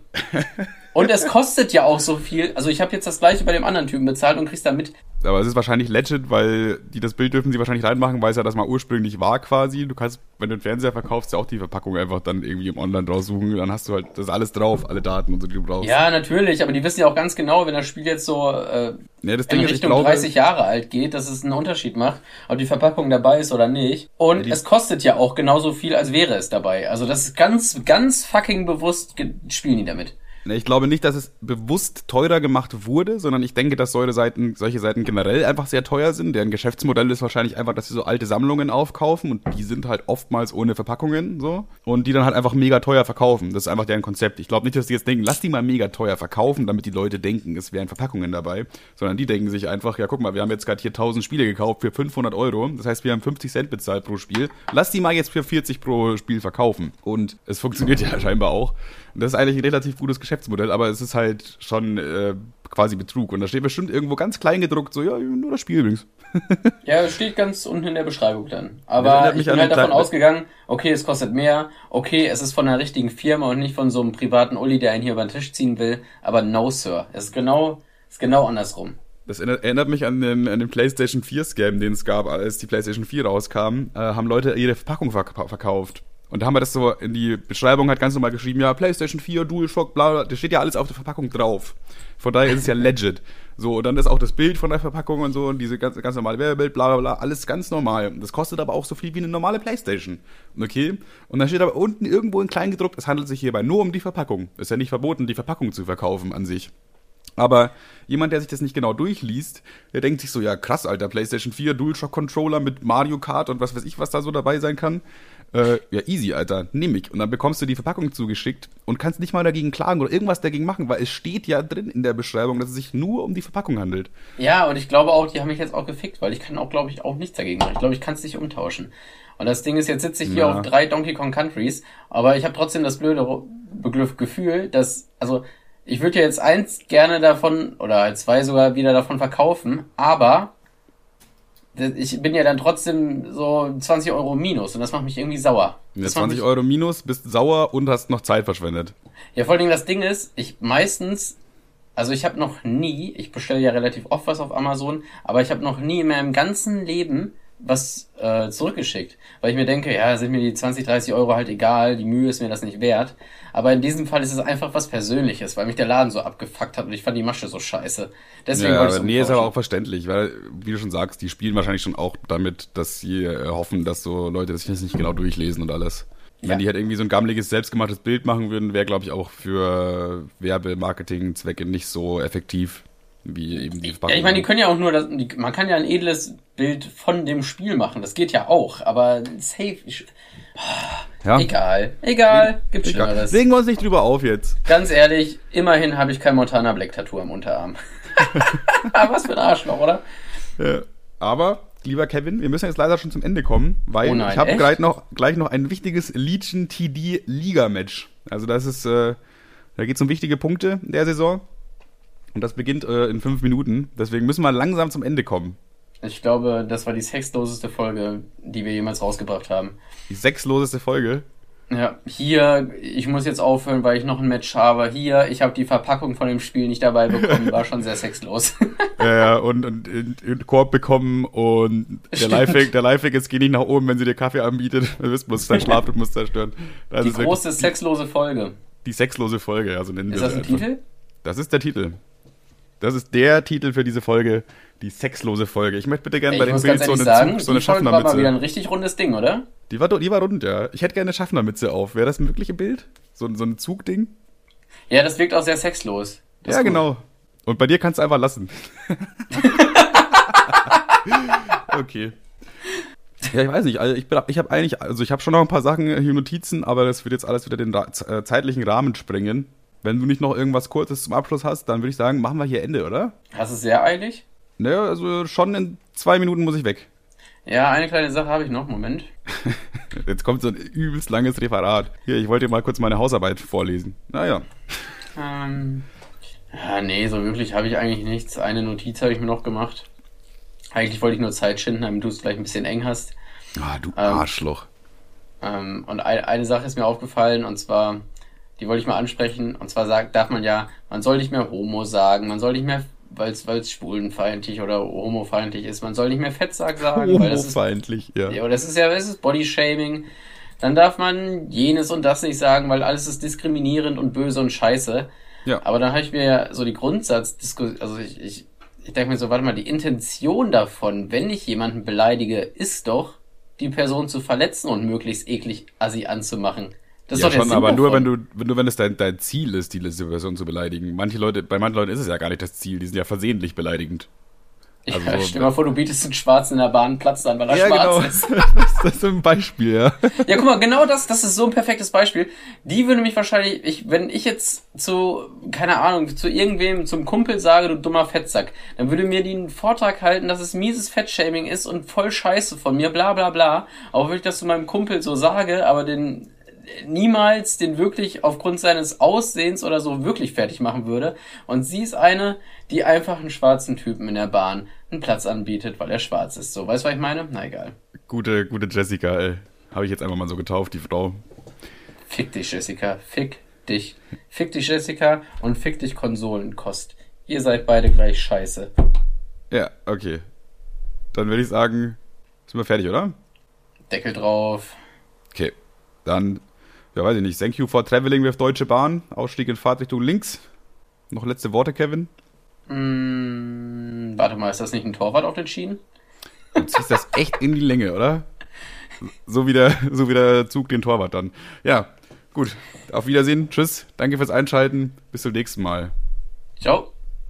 Und es kostet ja auch so viel. Also ich habe jetzt das gleiche bei dem anderen Typen bezahlt und kriegst da mit. Aber es ist wahrscheinlich legit, weil die das Bild dürfen sie wahrscheinlich reinmachen, weil es ja das mal ursprünglich war quasi. Du kannst, wenn du einen Fernseher verkaufst, ja auch die Verpackung einfach dann irgendwie im Online raussuchen. Dann hast du halt das alles drauf, alle Daten und so, die du brauchst. Ja, natürlich, aber die wissen ja auch ganz genau, wenn das Spiel jetzt so äh, ja, das Ding in ist, Richtung ich glaube, dreißig Jahre alt geht, dass es einen Unterschied macht, ob die Verpackung dabei ist oder nicht. Und ja, es kostet ja auch genauso viel, als wäre es dabei. Also das ist ganz, ganz fucking bewusst ge- spielen die damit. Ich glaube nicht, dass es bewusst teurer gemacht wurde, sondern ich denke, dass solche Seiten, solche Seiten generell einfach sehr teuer sind. Deren Geschäftsmodell ist wahrscheinlich einfach, dass sie so alte Sammlungen aufkaufen und die sind halt oftmals ohne Verpackungen so und die dann halt einfach mega teuer verkaufen. Das ist einfach deren Konzept. Ich glaube nicht, dass die jetzt denken, lass die mal mega teuer verkaufen, damit die Leute denken, es wären Verpackungen dabei, sondern die denken sich einfach, ja guck mal, wir haben jetzt gerade hier tausend Spiele gekauft für fünfhundert Euro, das heißt, wir haben fünfzig Cent bezahlt pro Spiel, lass die mal jetzt für vierzig pro Spiel verkaufen. Und es funktioniert ja scheinbar auch. Und das ist eigentlich ein relativ gutes Geschäftsmodell, aber es ist halt schon äh, quasi Betrug. Und da steht bestimmt irgendwo ganz klein gedruckt, so, ja, nur das Spiel übrigens. Ja, es steht ganz unten in der Beschreibung dann. Aber ich bin halt davon ausgegangen, okay, es kostet mehr, okay, es ist von einer richtigen Firma und nicht von so einem privaten Uli, der einen hier über den Tisch ziehen will. Aber no, Sir. Es ist genau, es ist genau andersrum. Das erinnert mich an den, an den PlayStation vier Scam, den es gab, als die PlayStation vier rauskam, äh, haben Leute ihre Verpackung verk- verkauft. Und da haben wir das so in die Beschreibung halt ganz normal geschrieben, ja, PlayStation vier, DualShock, bla, bla, das steht ja alles auf der Verpackung drauf. Von daher ist es ja legit. So, und dann ist auch das Bild von der Verpackung und so und diese ganz, ganz normale Werbebild, bla, bla, bla, alles ganz normal. Das kostet aber auch so viel wie eine normale PlayStation. Okay? Und dann steht aber unten irgendwo in klein gedruckt, es handelt sich hierbei nur um die Verpackung. Ist ja nicht verboten, die Verpackung zu verkaufen an sich. Aber jemand, der sich das nicht genau durchliest, der denkt sich so, ja krass, Alter, PlayStation vier, DualShock-Controller mit Mario Kart und was weiß ich, was da so dabei sein kann. Äh, ja, easy, Alter, nimm ich. Und dann bekommst du die Verpackung zugeschickt und kannst nicht mal dagegen klagen oder irgendwas dagegen machen, weil es steht ja drin in der Beschreibung, dass es sich nur um die Verpackung handelt. Ja, und ich glaube auch, die haben mich jetzt auch gefickt, weil ich kann auch, glaube ich, auch nichts dagegen machen. Ich glaube, ich kann es nicht umtauschen. Und das Ding ist, jetzt sitze ich hier ja. auf drei Donkey Kong Countries, aber ich habe trotzdem das blöde Gefühl, dass, also, ich würde ja jetzt eins gerne davon, oder zwei sogar wieder davon verkaufen, aber ich bin ja dann trotzdem so zwanzig Euro minus und das macht mich irgendwie sauer. Ja, zwanzig Euro minus, bist sauer und hast noch Zeit verschwendet. Ja, vor allen Dingen das Ding ist, ich meistens, also ich habe noch nie, ich bestelle ja relativ oft was auf Amazon, aber ich habe noch nie in meinem ganzen Leben was äh, zurückgeschickt, weil ich mir denke, ja, sind mir die zwanzig, dreißig Euro halt egal, die Mühe ist mir das nicht wert. Aber in diesem Fall ist es einfach was Persönliches, weil mich der Laden so abgefuckt hat und ich fand die Masche so scheiße. Deswegen ja, wollte ich es nee, ist aber auch verständlich, weil, wie du schon sagst, die spielen wahrscheinlich schon auch damit, dass sie äh, hoffen, dass so Leute das nicht genau durchlesen und alles. Ja. Wenn die halt irgendwie so ein gammeliges, selbstgemachtes Bild machen würden, wäre, glaube ich, auch für Werbe-Marketing-Zwecke nicht so effektiv. Wie eben die ja, ich meine, die können ja auch nur, das, die, man kann ja ein edles Bild von dem Spiel machen, das geht ja auch, aber safe, ich, ja. egal, egal, gibt's Schlimmeres. Regen wir uns nicht drüber auf jetzt. Ganz ehrlich, immerhin habe ich kein Montana Black Tattoo am Unterarm. Was für ein Arschloch, oder? Ja, aber, lieber Kevin, wir müssen jetzt leider schon zum Ende kommen, weil oh nein, ich habe gleich noch, gleich noch ein wichtiges Legion T D Liga Match. Also das ist, äh, Da geht es um wichtige Punkte der Saison. Und das beginnt äh, in fünf Minuten. Deswegen müssen wir langsam zum Ende kommen. Ich glaube, das war die sexloseste Folge, die wir jemals rausgebracht haben. Die sechsloseste Folge? Ja, hier, ich muss jetzt aufhören, weil ich noch ein Match habe. Hier, ich habe die Verpackung von dem Spiel nicht dabei bekommen, war schon sehr sexlos. Ja, ja, und, und in, in Korb bekommen und der Lifehack, der Lifehack ist, geh nicht nach oben, wenn sie dir Kaffee anbietet. Du wirst, musst dein Schlafrhythmus zerstören. Das die ist große sexlose Folge. Die sexlose Folge, also nennen wir Ist das ein einfach. Titel? Das ist der Titel. Das ist der Titel für diese Folge, die sexlose Folge. Ich möchte bitte gerne bei dem Bild so eine, sagen, so eine die Folge war mal wieder ein Schaffnermütze. richtig rundes Ding, oder? Die war, die war rund, ja. Ich hätte gerne eine Schaffnermütze auf. Wäre das ein mögliches Bild? So, so ein Zugding? Ja, das wirkt auch sehr sexlos. Das Ja, ist gut. genau. Und bei dir kannst du einfach lassen. Okay. Ja, ich weiß nicht. Also ich, bin- ich habe eigentlich, also ich habe schon noch ein paar Sachen hier Notizen, aber das wird jetzt alles wieder den Ra z- äh, zeitlichen Rahmen sprengen. Wenn du nicht noch irgendwas Kurzes zum Abschluss hast, dann würde ich sagen, machen wir hier Ende, oder? Hast du es sehr eilig? Naja, also schon in zwei Minuten muss ich weg. Ja, eine kleine Sache habe ich noch. Moment. Jetzt kommt so ein übelst langes Referat. Hier, ich wollte dir mal kurz meine Hausarbeit vorlesen. Naja. Ähm, ja, nee, so wirklich habe ich eigentlich nichts. Eine Notiz habe ich mir noch gemacht. Eigentlich wollte ich nur Zeit schinden, damit du es gleich ein bisschen eng hast. Ah, du Arschloch. Ähm, und ein, eine Sache ist mir aufgefallen, und zwar, die wollte ich mal ansprechen, und zwar sagt, darf man ja, man soll nicht mehr Homo sagen, man soll nicht mehr, weil es schwulenfeindlich oder homofeindlich ist, man soll nicht mehr Fettsack sagen, weil das ist, Homofeindlich, ja. ja, aber das ist ja, das ist Bodyshaming. Dann darf man jenes und das nicht sagen, weil alles ist diskriminierend und böse und scheiße. Ja. Aber dann habe ich mir ja so die Grundsatzdiskussion, also ich, ich, ich denke mir so, warte mal, die Intention davon, wenn ich jemanden beleidige, ist doch, die Person zu verletzen und möglichst eklig assi anzumachen. Das ist Ja, doch der schon, Sinn aber nur davon. wenn du, wenn du, wenn es dein, dein Ziel ist, diese Person zu beleidigen. Manche Leute, bei manchen Leuten ist es ja gar nicht das Ziel, die sind ja versehentlich beleidigend. Also ja, so- stell dir mal vor, du bietest einen Schwarzen in der Bahn Platz an, weil er Ja, schwarz genau. ist. Das ist so ein Beispiel, ja. Ja, guck mal, genau das, das ist so ein perfektes Beispiel. Die würde mich wahrscheinlich, ich, wenn ich jetzt zu, keine Ahnung, zu irgendwem, zum Kumpel sage, du dummer Fettsack, dann würde mir die einen Vortrag halten, dass es mieses Fettshaming ist und voll Scheiße von mir, bla bla bla. Auch wenn ich das zu meinem Kumpel so sage, aber den niemals den wirklich aufgrund seines Aussehens oder so wirklich fertig machen würde. Und sie ist eine, die einfach einen schwarzen Typen in der Bahn einen Platz anbietet, weil er schwarz ist. So, weißt du, was ich meine? Na egal. Gute, gute Jessica, ey. Habe ich jetzt einfach mal so getauft, die Frau. Fick dich, Jessica. Fick dich. Fick dich, Jessica. Und fick dich, Konsolenkost. Ihr seid beide gleich scheiße. Ja, okay. Dann würde ich sagen, sind wir fertig, oder? Deckel drauf. Okay. Dann, ja weiß ich nicht, thank you for traveling with Deutsche Bahn. Ausstieg in Fahrtrichtung links. Noch letzte Worte, Kevin? Hm, warte mal, ist das nicht ein Torwart auf den Schienen? Du ziehst das echt in die Länge, oder? So wie der, so wie der Zug den Torwart dann. Ja, gut. Auf Wiedersehen. Tschüss. Danke fürs Einschalten. Bis zum nächsten Mal. Ciao.